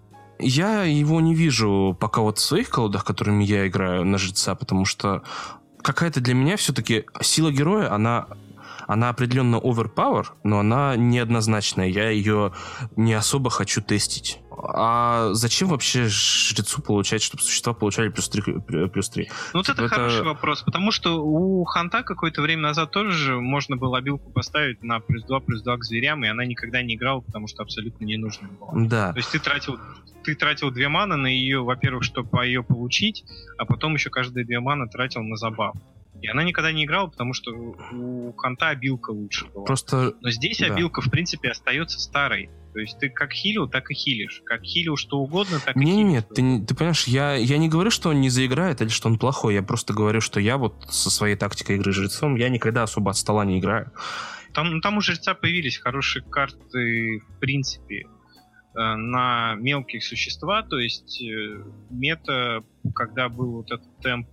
Я его не вижу пока вот в своих колодах, которыми я играю на жреца, потому что какая-то для меня все-таки сила героя, она определенно overpower, но она неоднозначная. Я ее не особо хочу тестить. А зачем вообще жрецу получать, чтобы существа получали +3? Это хороший вопрос, потому что у Ханта какое-то время назад тоже можно было обилку поставить на +2/+2 к зверям, и она никогда не играла, потому что абсолютно не нужна была. Да. То есть ты тратил 2 маны на ее, во-первых, чтобы ее получить, а потом еще каждые 2 маны тратил на забаву. И она никогда не играла, потому что у Ханта обилка лучше была. Но здесь обилка, в принципе, остается старой. То есть ты как хилил, так и хилишь. Как хилил что угодно, так и хилишь. Нет, ты понимаешь, я не говорю, что он не заиграет или что он плохой. Я просто говорю, что я вот со своей тактикой игры жрецом, я никогда особо от стола не играю. Там у жреца появились хорошие карты, в принципе, на мелкие существа. То есть мета, когда был вот этот темп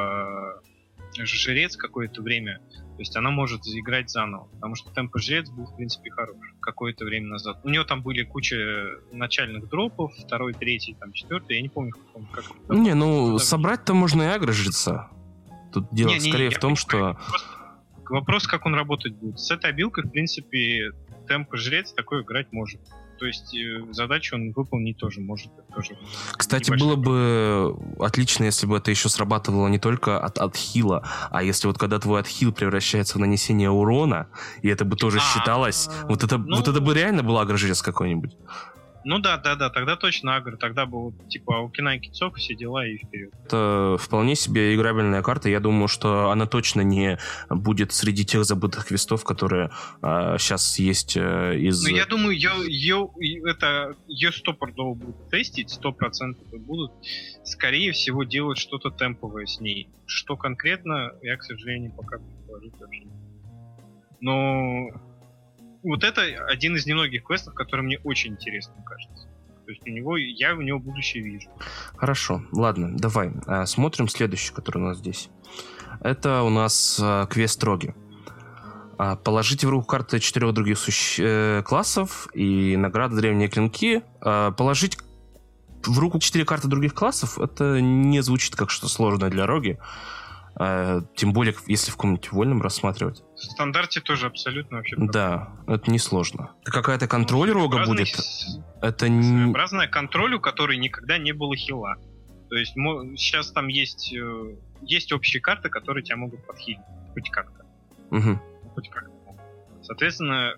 жрец какое-то время, то есть она может заиграть заново, потому что темпо жрец был, в принципе, хорош какое-то время назад. У него там были куча начальных дропов, 2, 3, 4, я не помню, как собрать-то можно и агро жреца. Тут дело скорее в том, что... Вопрос, как он работать будет. С этой обилкой, в принципе, темпо жрец такой играть может. То есть задачу он выполнить тоже может. Тоже Кстати, было бы отлично, если бы это еще срабатывало не только от хила, а если вот когда твой отхил превращается в нанесение урона, и это бы тоже считалось, вот это бы реально был агро-жрец какой-нибудь. Ну да, тогда точно агро, тогда бы вот, типа Аукинай Кицок, все дела и вперед. Это вполне себе играбельная карта, я думаю, что она точно не будет среди тех забытых квестов, которые сейчас есть из... Ну я думаю, ее стопордово будут тестить, 100% будут, скорее всего, делать что-то темповое с ней. Что конкретно, я, к сожалению, пока предположить вообще не могу. Но... Вот это один из немногих квестов, который мне очень интересным кажется. То есть я у него будущее вижу. Хорошо, ладно, давай. Смотрим следующий, который у нас здесь. Это у нас квест Роги. Положите в руку карты 4 других классов и награда древние клинки. Положить в руку 4 карты других классов, это не звучит как что-то сложное для Роги. Тем более, если в каком-нибудь вольном рассматривать. В стандарте тоже абсолютно вообще. Да, это несложно. Какая-то контроль Рога будет. Это своеобразная контроль, у которой никогда не было хила. То есть сейчас там есть общие карты, которые тебя могут подхилить. Хоть как-то. Угу. Хоть как-то. Соответственно,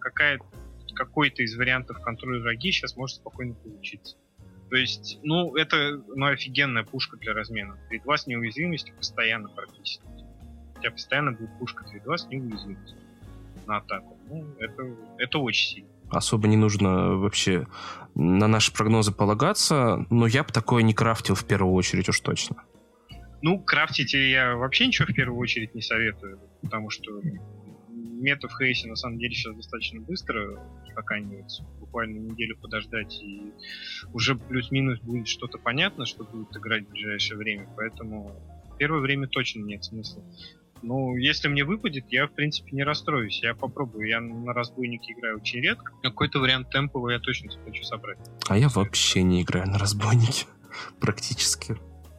какой-то из вариантов контроля Роги сейчас может спокойно получиться. То есть, это офигенная пушка для размена. 3-2 с неуязвимостью постоянно практически. У тебя постоянно будет пушка 3-2 с неуязвимостью на атаку. Это очень сильно. Особо не нужно вообще на наши прогнозы полагаться, но я бы такое не крафтил в первую очередь уж точно. Крафтить я вообще ничего в первую очередь не советую, потому что мета в Хейсе на самом деле сейчас достаточно быстро устаканивается. Буквально неделю подождать, и уже плюс-минус будет что-то понятно, что будет играть в ближайшее время. Поэтому в первое время точно нет смысла. Но если мне выпадет, я в принципе не расстроюсь. Я попробую. Я на разбойнике играю очень редко. Какой-то вариант темповый я точно хочу собрать. А я вообще не играю на разбойнике. Практически.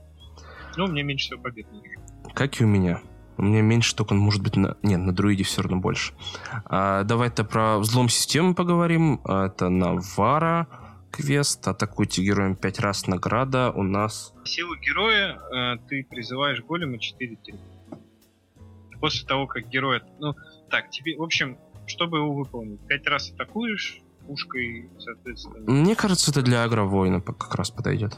У меня меньше всего побед не вижу. Как и у меня. У меня меньше только, может быть, на друиде все равно больше. Давай-то про взлом системы поговорим. Это Навара квест. Атакуйте героем 5 раз, награда у нас... Силу героя ты призываешь голема 4-3. После того, как герой... тебе, в общем, чтобы его выполнить, 5 раз атакуешь пушкой, соответственно... Мне кажется, это для агро-воина как раз подойдет.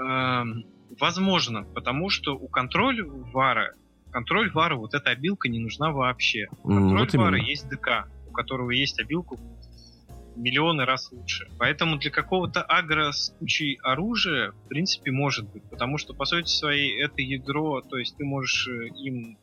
Возможно, потому что у контроль Вара, вот эта обилка не нужна вообще. Контроль Вара есть ДК, у которого есть обилка миллионы раз лучше. Поэтому для какого-то агро с кучей оружия, в принципе, может быть. Потому что, по сути своей, это ядро, то есть ты можешь им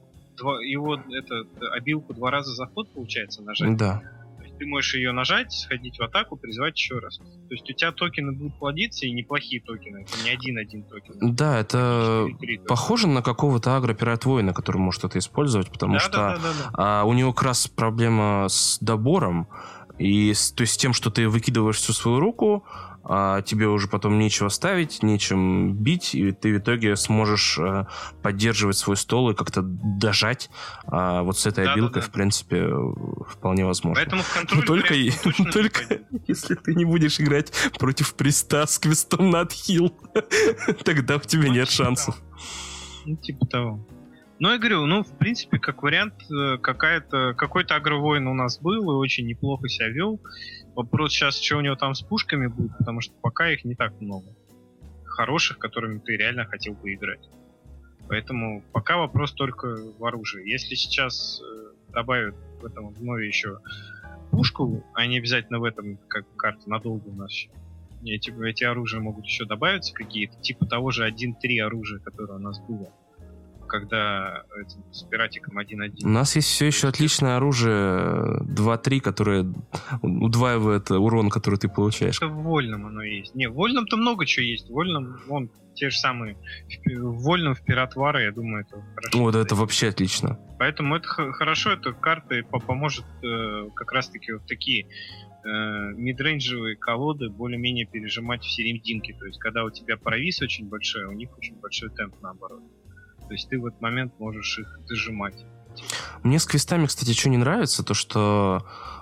обилку 2 раза за ход, получается, нажать. Да. То есть ты можешь ее нажать, сходить в атаку, призвать еще раз. То есть у тебя токены будут плодиться, и неплохие токены. Это не один токен. Да, это 4-3 похоже на какого-то агро-пират-воина, который может это использовать, потому что у него как раз проблема с добором. И то есть с тем, что ты выкидываешь всю свою руку, тебе уже потом нечего ставить, нечем бить, и ты в итоге сможешь поддерживать свой стол и как-то дожать вот с этой обилкой, в принципе, вполне возможно. Поэтому в контроль только если ты не будешь играть против приста с квестом на отхил, тогда у тебя нет шансов. Типа того. Я говорю, в принципе, как вариант, какой-то агровоин у нас был и очень неплохо себя вел. Вопрос сейчас, что у него там с пушками будет, потому что пока их не так много. Хороших, которыми ты реально хотел поиграть. Поэтому пока вопрос только в оружии. Если сейчас добавят в этом вновь еще пушку, а не обязательно в этом, как карта надолго у нас еще. Эти оружия могут еще добавиться какие-то, типа того же 1.3 оружия, которое у нас было. Когда с пиратиком 1.1. У нас есть все еще отличное оружие 2.3, которое удваивает урон, который ты получаешь. Это в вольном оно есть. Не, в вольном-то много чего есть. В вольном, те же самые. В вольном в пират Вара, я думаю, это хорошо. Вот это вообще отлично. Поэтому это хорошо, эта карта поможет как раз-таки вот такие мидрейнджевые колоды более-менее пережимать все ремдинки. То есть, когда у тебя провис очень большой, у них очень большой темп наоборот. То есть ты в этот момент можешь их дожимать. Мне с квестами, кстати, что не нравится, то что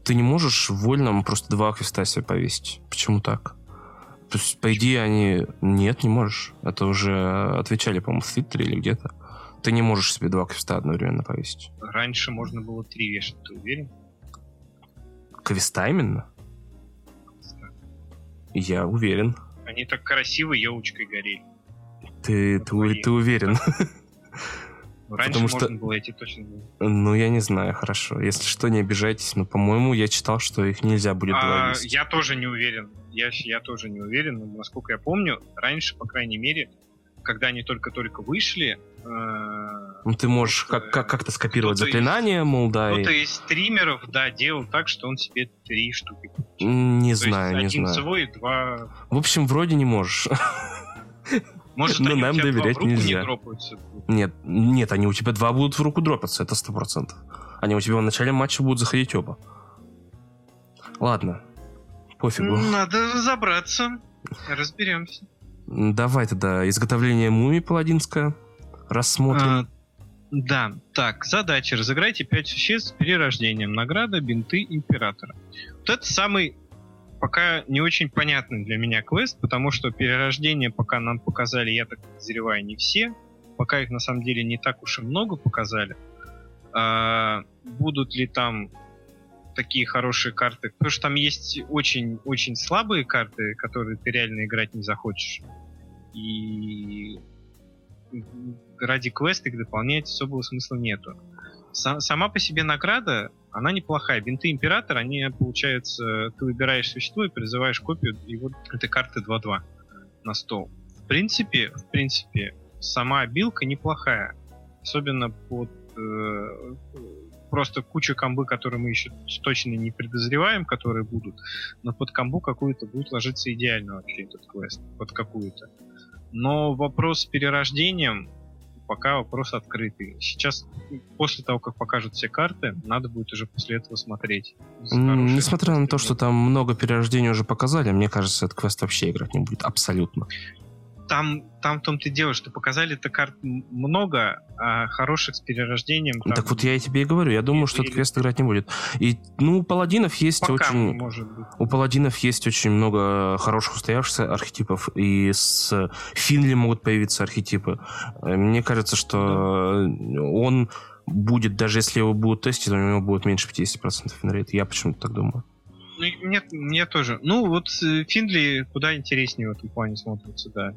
ты не можешь в вольном просто 2 квеста себе повесить. Почему так? То есть, по идее, они... Нет, не можешь. Это уже отвечали, по-моему, в Твиттере или где-то. Ты не можешь себе 2 квеста одновременно повесить. Раньше можно было 3 вешать, ты уверен? Квеста именно? Я уверен. Они так красиво елочкой горели. Ты уверен? Раньше Потому можно что... было эти точно... Ну, я не знаю, хорошо. Если что, не обижайтесь. Но, по-моему, я читал, что их нельзя будет 2 весить. Я тоже не уверен. Я тоже не уверен. Но, насколько я помню, раньше, по крайней мере, когда они только-только вышли... Ну, ты можешь как-то скопировать заклинание, мол, да. Кто-то из стримеров, да, делал так, что он себе 3 штуки получил. Не знаю. Один свой, 2... В общем, вроде не можешь. Может, но они нам у тебя доверять 2 в руку нельзя. не дропаются? Нет, они у тебя 2 будут в руку дропаться, это 100%. Они у тебя в начале матча будут заходить оба. Ладно, пофигу. Надо разобраться. Разберемся. Давай тогда изготовление мумии паладинское рассмотрим. Да, так, задача. Разыграйте 5 существ с перерождением. Награда, бинты императора. Вот это самый пока не очень понятный для меня квест, потому что перерождение пока нам показали, я так подозреваю, не все. Пока их на самом деле не так уж и много показали. Будут ли там такие хорошие карты? Потому что там есть очень-очень слабые карты, которые ты реально играть не захочешь. И ради квеста их дополнять особого смысла нету. Сама по себе награда, она неплохая. Бинты императора, они, получается, ты выбираешь существо и призываешь копию его этой карты 2-2 на стол. В принципе, сама обилка неплохая. Особенно под просто кучу комбы, которые мы еще точно не подозреваем, которые будут, но под комбу какую-то будет ложиться идеально вообще этот квест. Под какую-то. Но вопрос с перерождением пока вопрос открытый. Сейчас, после того, как покажут все карты, надо будет уже после этого смотреть. Несмотря на то, что там много перерождений уже показали, мне кажется, этот квест вообще играть не будет. Абсолютно. Там в том-то и дело, что показали-то карт много, а хороших с перерождением... Так вот я и тебе и говорю, я думаю, что этот квест играть не будет. И, у паладинов есть У паладинов есть очень много хороших устоявшихся архетипов, и с Финли могут появиться архетипы. Мне кажется, что он будет, даже если его будут тестить, то у него будет меньше 50% винрейт. Я почему-то так думаю. Нет, мне тоже. Вот Финдли куда интереснее в этом плане смотрится, да.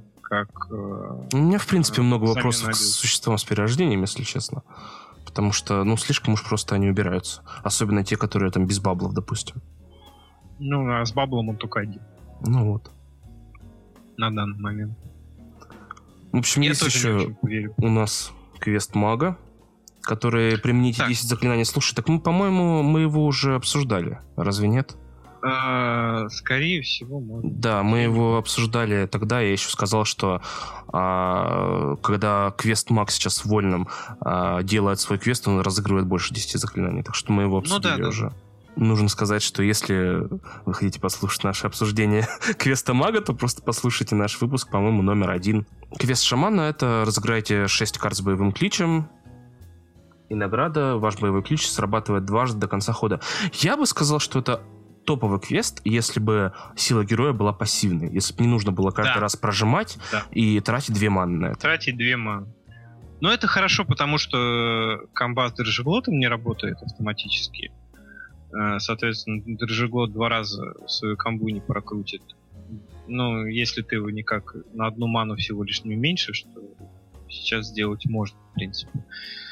У меня, в принципе, много вопросов к существам с перерождением, если честно. Потому что, слишком уж просто они убираются. Особенно те, которые там без баблов, допустим. А с баблом он только один. Вот. На данный момент. В общем, есть еще у нас квест мага, который примените 10 заклинаний. Слушай, так по-моему, мы его уже обсуждали. Разве нет? Скорее всего, можно. Да, мы его обсуждали тогда. Я еще сказал, что когда квест маг сейчас в вольном делает свой квест, он разыгрывает больше 10 заклинаний. Так что мы его обсудили уже. Нужно сказать, что если вы хотите послушать наше обсуждение квеста мага, то просто послушайте наш выпуск, по-моему, номер 1. Квест шамана — это разыграйте 6 карт с боевым кличем. И награда, ваш боевой клич срабатывает дважды до конца хода. Я бы сказал, что это топовый квест, если бы сила героя была пассивной. Если бы не нужно было каждый раз прожимать и тратить 2 маны на это. Тратить 2 маны. Но это хорошо, потому что комба с дрожжеглотом не работает автоматически. Соответственно, дрожжеглот 2 раза свою комбу не прокрутит. Если ты его никак на 1 ману всего лишь не уменьшишь, то сейчас сделать можно, в принципе.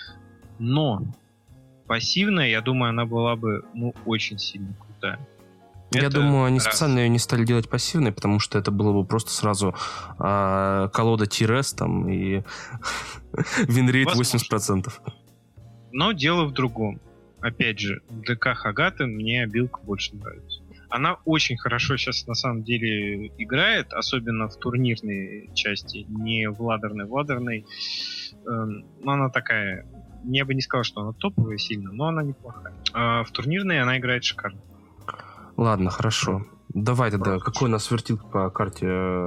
Но пассивная, я думаю, она была бы очень сильно крутая. Я думаю, они специально ее не стали делать пассивной, потому что это было бы просто сразу колода T-Res там и винрейт 80%. Но дело в другом. Опять же, ДК Хагаты мне обилка больше нравится. Она очень хорошо сейчас на самом деле играет, особенно в турнирной части, не в ладерной. В ладерной она такая... Я бы не сказал, что она топовая сильно, но она неплохая. А в турнирной она играет шикарно. Ладно, хорошо. Давай тогда, какой у нас вертилка по карте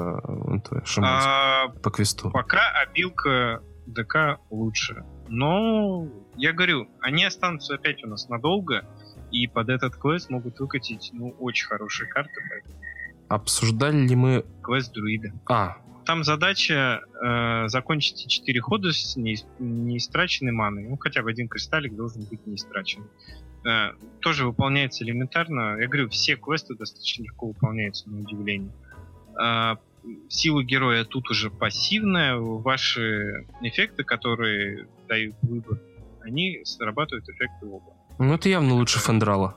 шаманской, по квесту? Пока обилка ДК лучше. Но, я говорю, они останутся опять у нас надолго. И под этот квест могут выкатить, очень хорошие карты. Обсуждали ли мы... Квест друида. Там задача закончить 4 хода с неистраченной маной. Хотя бы один кристаллик должен быть неистраченный. Тоже выполняется элементарно. Я говорю, все квесты достаточно легко выполняются, на удивление. Сила героя тут уже пассивная. Ваши эффекты, которые дают выбор, они срабатывают эффекты оба. Это явно лучше Фендрала.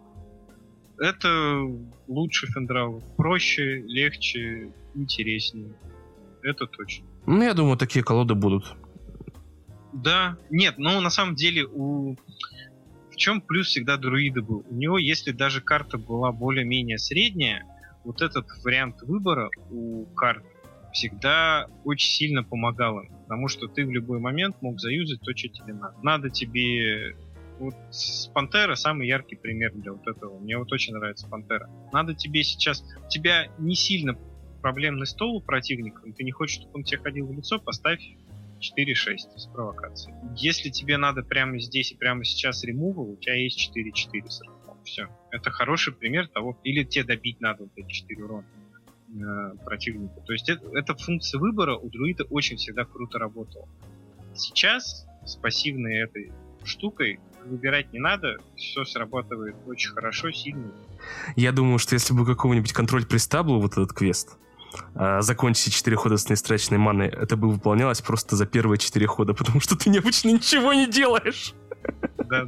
Это лучше Фендрала. Проще, легче, интереснее. Это точно. Я думаю, такие колоды будут. Да. Нет, на самом деле в чем плюс всегда друида был? У него, если даже карта была более-менее средняя, вот этот вариант выбора у карт всегда очень сильно помогал им. Потому что ты в любой момент мог заюзать то, что тебе надо. Надо тебе... с Пантера самый яркий пример для вот этого. Мне очень нравится Пантера. Надо тебе сейчас... У тебя не сильно проблемный стол у противника, ты не хочешь, чтобы он тебе ходил в лицо, поставь 4-6 с провокацией. Если тебе надо прямо здесь и прямо сейчас ремувал, у тебя есть 4-4 с рывком. Все. Это хороший пример того, или тебе добить надо вот эти 4 урона противнику. То есть эта функция выбора у друида очень всегда круто работала. Сейчас с пассивной этой штукой выбирать не надо, все срабатывает очень хорошо, сильно. Я думаю, что если бы какого-нибудь контроль пристаблил вот этот квест, закончить 4 хода с неистраченной маной, это бы выполнялось просто за первые 4 хода, потому что ты необычно ничего не делаешь. Да.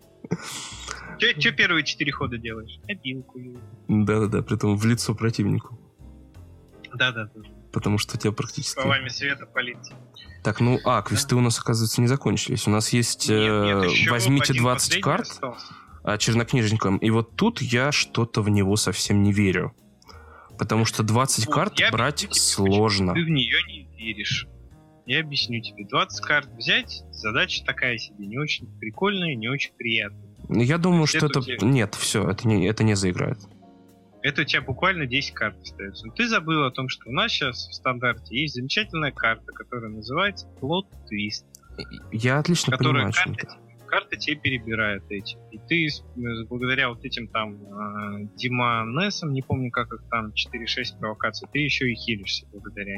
Че первые 4 хода делаешь? Обилку. Да, притом в лицо противнику. Да. Потому что у тебя практически... Словами света палить. Так, квесты у нас, оказывается, не закончились. У нас есть возьмите 20 карт чернокнижником, и вот тут я что-то в него совсем не верю. Потому что 20 карт брать сложно. Ты в нее не веришь. Я объясню тебе. 20 карт взять, задача такая себе. Не очень прикольная, не очень приятная. Я думаю, что это... Нет, все, это не заиграет. Это у тебя буквально 10 карт остается. Но ты забыл о том, что у нас сейчас в стандарте есть замечательная карта, которая называется Plot Twist. Я отлично понимаю, что это. Карты тебе перебирают эти. И ты благодаря вот этим там демонессам, не помню как их там, 4-6 провокаций, ты еще и хилишься благодаря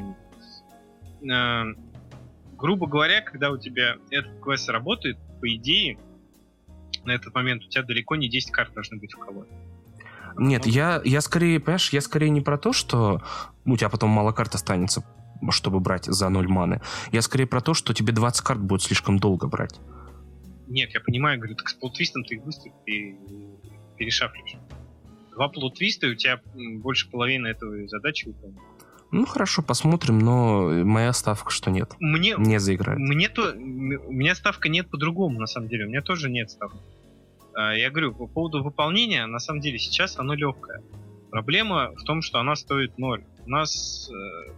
ним. Грубо говоря, когда у тебя этот квест работает, по идее, на этот момент у тебя далеко не 10 карт должны быть в колоде. Нет, я скорее, понимаешь, я скорее не про то, что у тебя потом мало карт останется, чтобы брать за 0 маны. Я скорее про то, что тебе 20 карт будет слишком долго брать. Нет, я понимаю, говорю, так с плот-твистом ты их быстро перешафлишь. 2 плот-твиста, и у тебя больше половины этого задачи выполнена. Хорошо, посмотрим, но моя ставка, что нет. Не заиграет. У меня ставка нет по-другому, на самом деле. У меня тоже нет ставки. Я говорю, по поводу выполнения, на самом деле, сейчас оно легкое. Проблема в том, что она стоит 0. У нас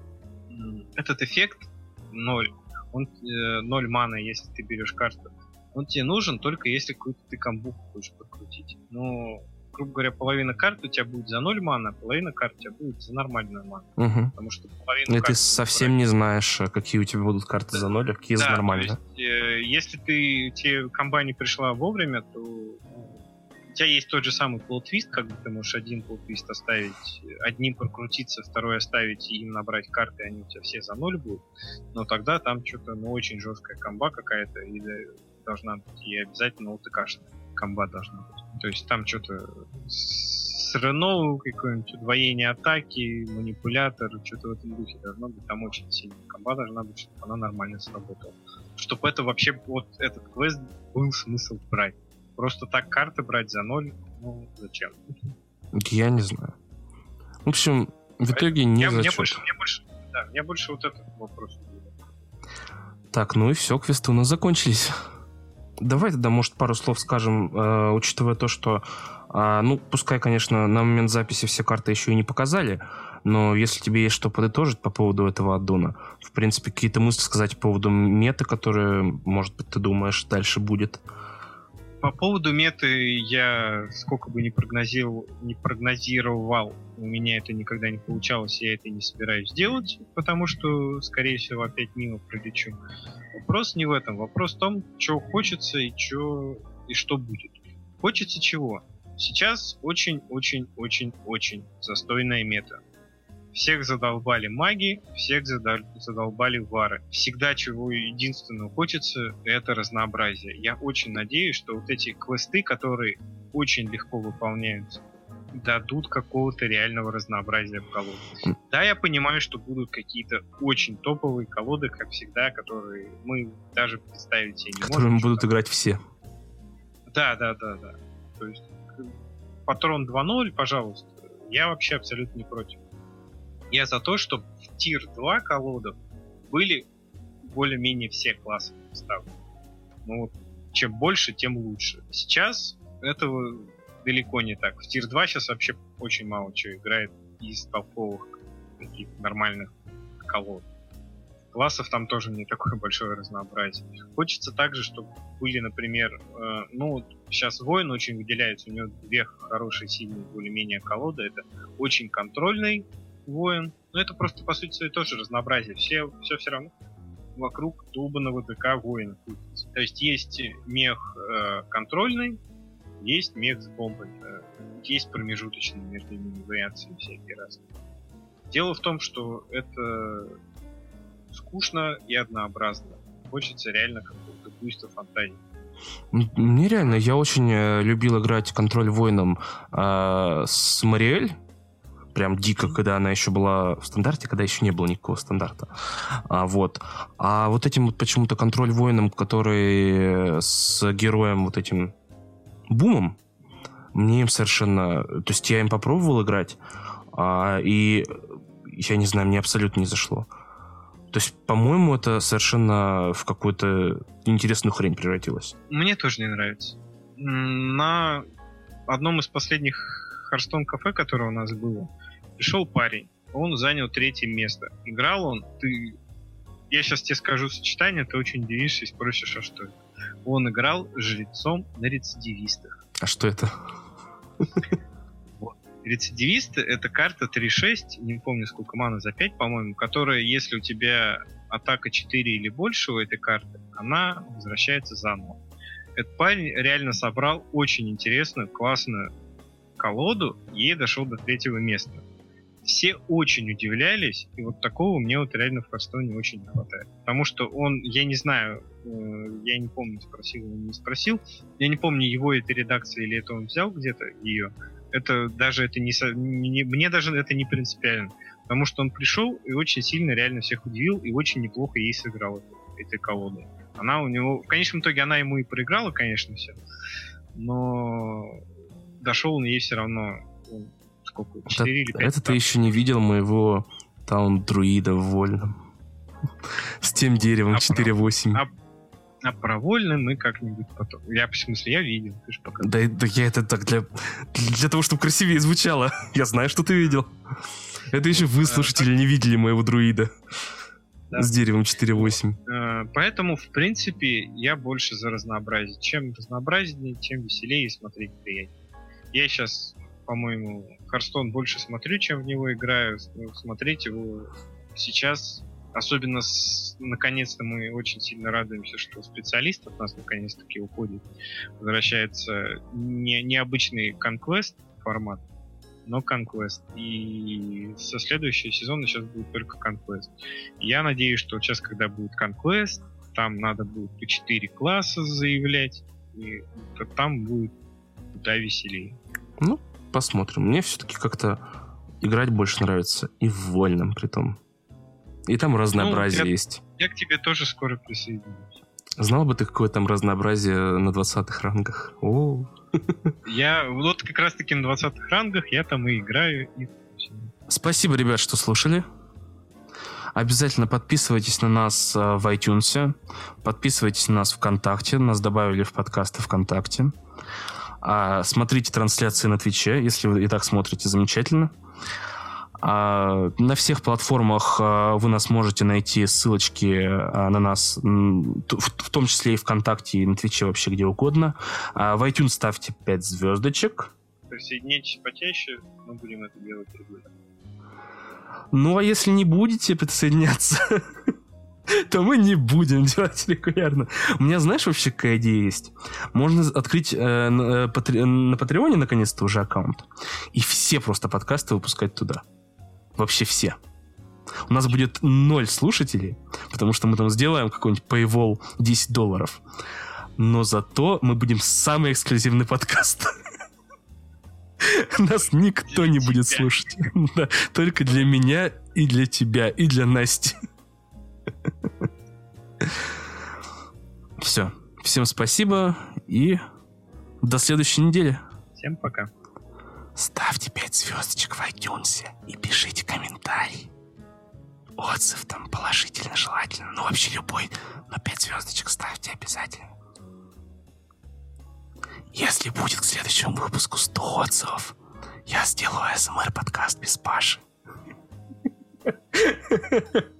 этот эффект 0. Он 0 маны, если ты берешь карту. Он тебе нужен только если какую-то ты камбуху хочешь подкрутить. Но, грубо говоря, половина карт у тебя будет за 0 мана, половина карт у тебя будет за нормальную ману. Угу. Потому что половина ты совсем не знаешь, какие у тебя будут карты за 0, а какие за нормально. Если тебе комба не пришла вовремя, то у тебя есть тот же самый плот-твист, как бы ты можешь один плот-твист оставить, одним прокрутиться, второй оставить и им набрать карты, они у тебя все за 0 будут. Но тогда там что-то очень жесткая комба какая-то или должна быть, и обязательно ОТКшная комба должна быть. То есть там что-то с Рено, какое-нибудь удвоение атаки, манипулятор, что-то в этом духе должно быть. Там очень сильная комба должна быть, чтобы она нормально сработала. Чтобы это вообще, вот этот квест был смысл брать. Просто так карты брать за 0, зачем? Я не знаю. В общем, в итоге не зачет. Мне больше вот этот вопрос. Так, и все, квесты у нас закончились. Давай тогда, может, пару слов скажем, учитывая то, что, пускай, конечно, на момент записи все карты еще и не показали, но если тебе есть что подытожить по поводу этого аддона, в принципе, какие-то мысли сказать по поводу меты, которые, может быть, ты думаешь, дальше будет? По поводу меты я сколько бы не прогнозировал, у меня это никогда не получалось, я это не собираюсь делать, потому что, скорее всего, опять мимо пролечу. Вопрос не в этом, вопрос в том, что хочется и что будет. Хочется чего? Сейчас очень-очень-очень-очень застойная мета. Всех задолбали маги, всех задолбали вары. Всегда чего единственного хочется, это разнообразие. Я очень надеюсь, что вот эти квесты, которые очень легко выполняются, дадут какого-то реального разнообразия в колоде. Да, я понимаю, что будут какие-то очень топовые колоды, как всегда, которые мы даже представить себе не можем. Которыми будут играть все. Да. То есть Патрон 2.0, пожалуйста, я вообще абсолютно не против. Я за то, чтобы в тир 2 колодах были более-менее все классы представлены. Ну вот, чем больше, тем лучше. Сейчас этого далеко не так. В тир 2 сейчас вообще очень мало чего играет из толковых каких-то нормальных колод. Классов там тоже не такое большое разнообразие. Хочется также, чтобы были, например, сейчас воин очень выделяется, у него две хорошие, сильные, более-менее колоды. Это очень контрольный воин. Но это просто, по сути своей, тоже разнообразие. Все равно вокруг долбанного ДК воина. То есть есть мех контрольный, есть мех с бомбой. Есть промежуточные между ними вариации всякие разные. Дело в том, что это скучно и однообразно. Хочется реально какого-то буйства фантазии. Мне реально, я очень любил играть контроль воином с Мариэль. Прям дико, когда она еще была в стандарте, когда еще не было никакого стандарта. А вот этим вот почему-то контроль воином, который с героем вот этим Бумом, мне им совершенно... То есть я им попробовал играть, и я не знаю, мне абсолютно не зашло. То есть, по-моему, это совершенно в какую-то интересную хрень превратилось. Мне тоже не нравится. На одном из последних Hearthstone кафе, которое у нас было, пришел парень. Он занял 3-е место. Играл он... Я сейчас тебе скажу сочетание, ты очень удивишься и спросишь, а что это? Он играл жрецом на рецидивистах. А что это? Рецидивисты — это карта 3-6, не помню сколько маны, за 5, по-моему, которая, если у тебя атака 4 или больше у этой карты, она возвращается заново. Этот парень реально собрал очень интересную, классную колоду и дошел до 3-го места. Все очень удивлялись, и вот такого мне вот реально в Hearthstone очень не хватает. Потому что он, я не знаю, я не помню, спросил или не спросил, я не помню, его это редакция или это он взял где-то ее. Это даже это мне даже это не принципиально. Потому что он пришел и очень сильно реально всех удивил и очень неплохо ей сыграл этой колодой. Она у него... В конечном итоге она ему и проиграла, конечно, все. Но дошел он ей все равно... Сколько? 4 или 5. Это ты еще не видел моего таун-друида в вольном. С тем деревом 4-8. А про вольный мы как-нибудь потом... В смысле, я видел. Ты же пока... Да я это так для того, чтобы красивее звучало. Я знаю, что ты видел. Это еще вы, слушатели, не видели моего друида. Да. С деревом 4-8. Поэтому, в принципе, я больше за разнообразие. Чем разнообразнее, тем веселее и смотреть приятнее. Я сейчас, по-моему, Hearthstone больше смотрю, чем в него играю. Смотреть его сейчас... Особенно наконец-то мы очень сильно радуемся, что специалист от нас наконец-таки уходит. Возвращается необычный Conquest формат, но Conquest. И со следующего сезона сейчас будет только Conquest. Я надеюсь, что сейчас, когда будет Conquest, там надо будет по 4 класса заявлять, и там будет куда веселее. Ну, посмотрим. Мне все-таки как-то играть больше нравится. И в вольном притом. И там разнообразие есть. Я к тебе тоже скоро присоединюсь. Знал бы ты, какое там разнообразие на 20-х рангах? Я вот как раз-таки на 20-х рангах я там и играю. Спасибо, ребят, что слушали. Обязательно подписывайтесь на нас в iTunes. Подписывайтесь на нас в ВКонтакте. Нас добавили в подкасты ВКонтакте. Смотрите трансляции на Твиче. Если вы и так смотрите, замечательно. На всех платформах вы нас можете найти, ссылочки на нас, в том числе и ВКонтакте, и на Твиче, вообще где угодно. В iTunes ставьте 5 звездочек. Присоединяйтесь почаще, мы будем это делать регулярно. Ну, а если не будете присоединяться, то мы не будем делать регулярно. У меня, знаешь, вообще какая идея есть? Можно открыть на Патреоне наконец-то уже аккаунт и все просто подкасты выпускать туда. Вообще все. У нас будет 0 слушателей, потому что мы там сделаем какой-нибудь paywall $10. Но зато мы будем самый эксклюзивный подкаст. Нас никто не будет слушать. Да, только для меня и для тебя, и для Насти. Все. Всем спасибо и до следующей недели. Всем пока. Ставьте 5 звездочек в iTunes и пишите комментарий. Отзыв там положительно, желательно. Ну, вообще любой. Но 5 звездочек ставьте обязательно. Если будет к следующему выпуску 100 отзывов, я сделаю АСМР подкаст без Паши.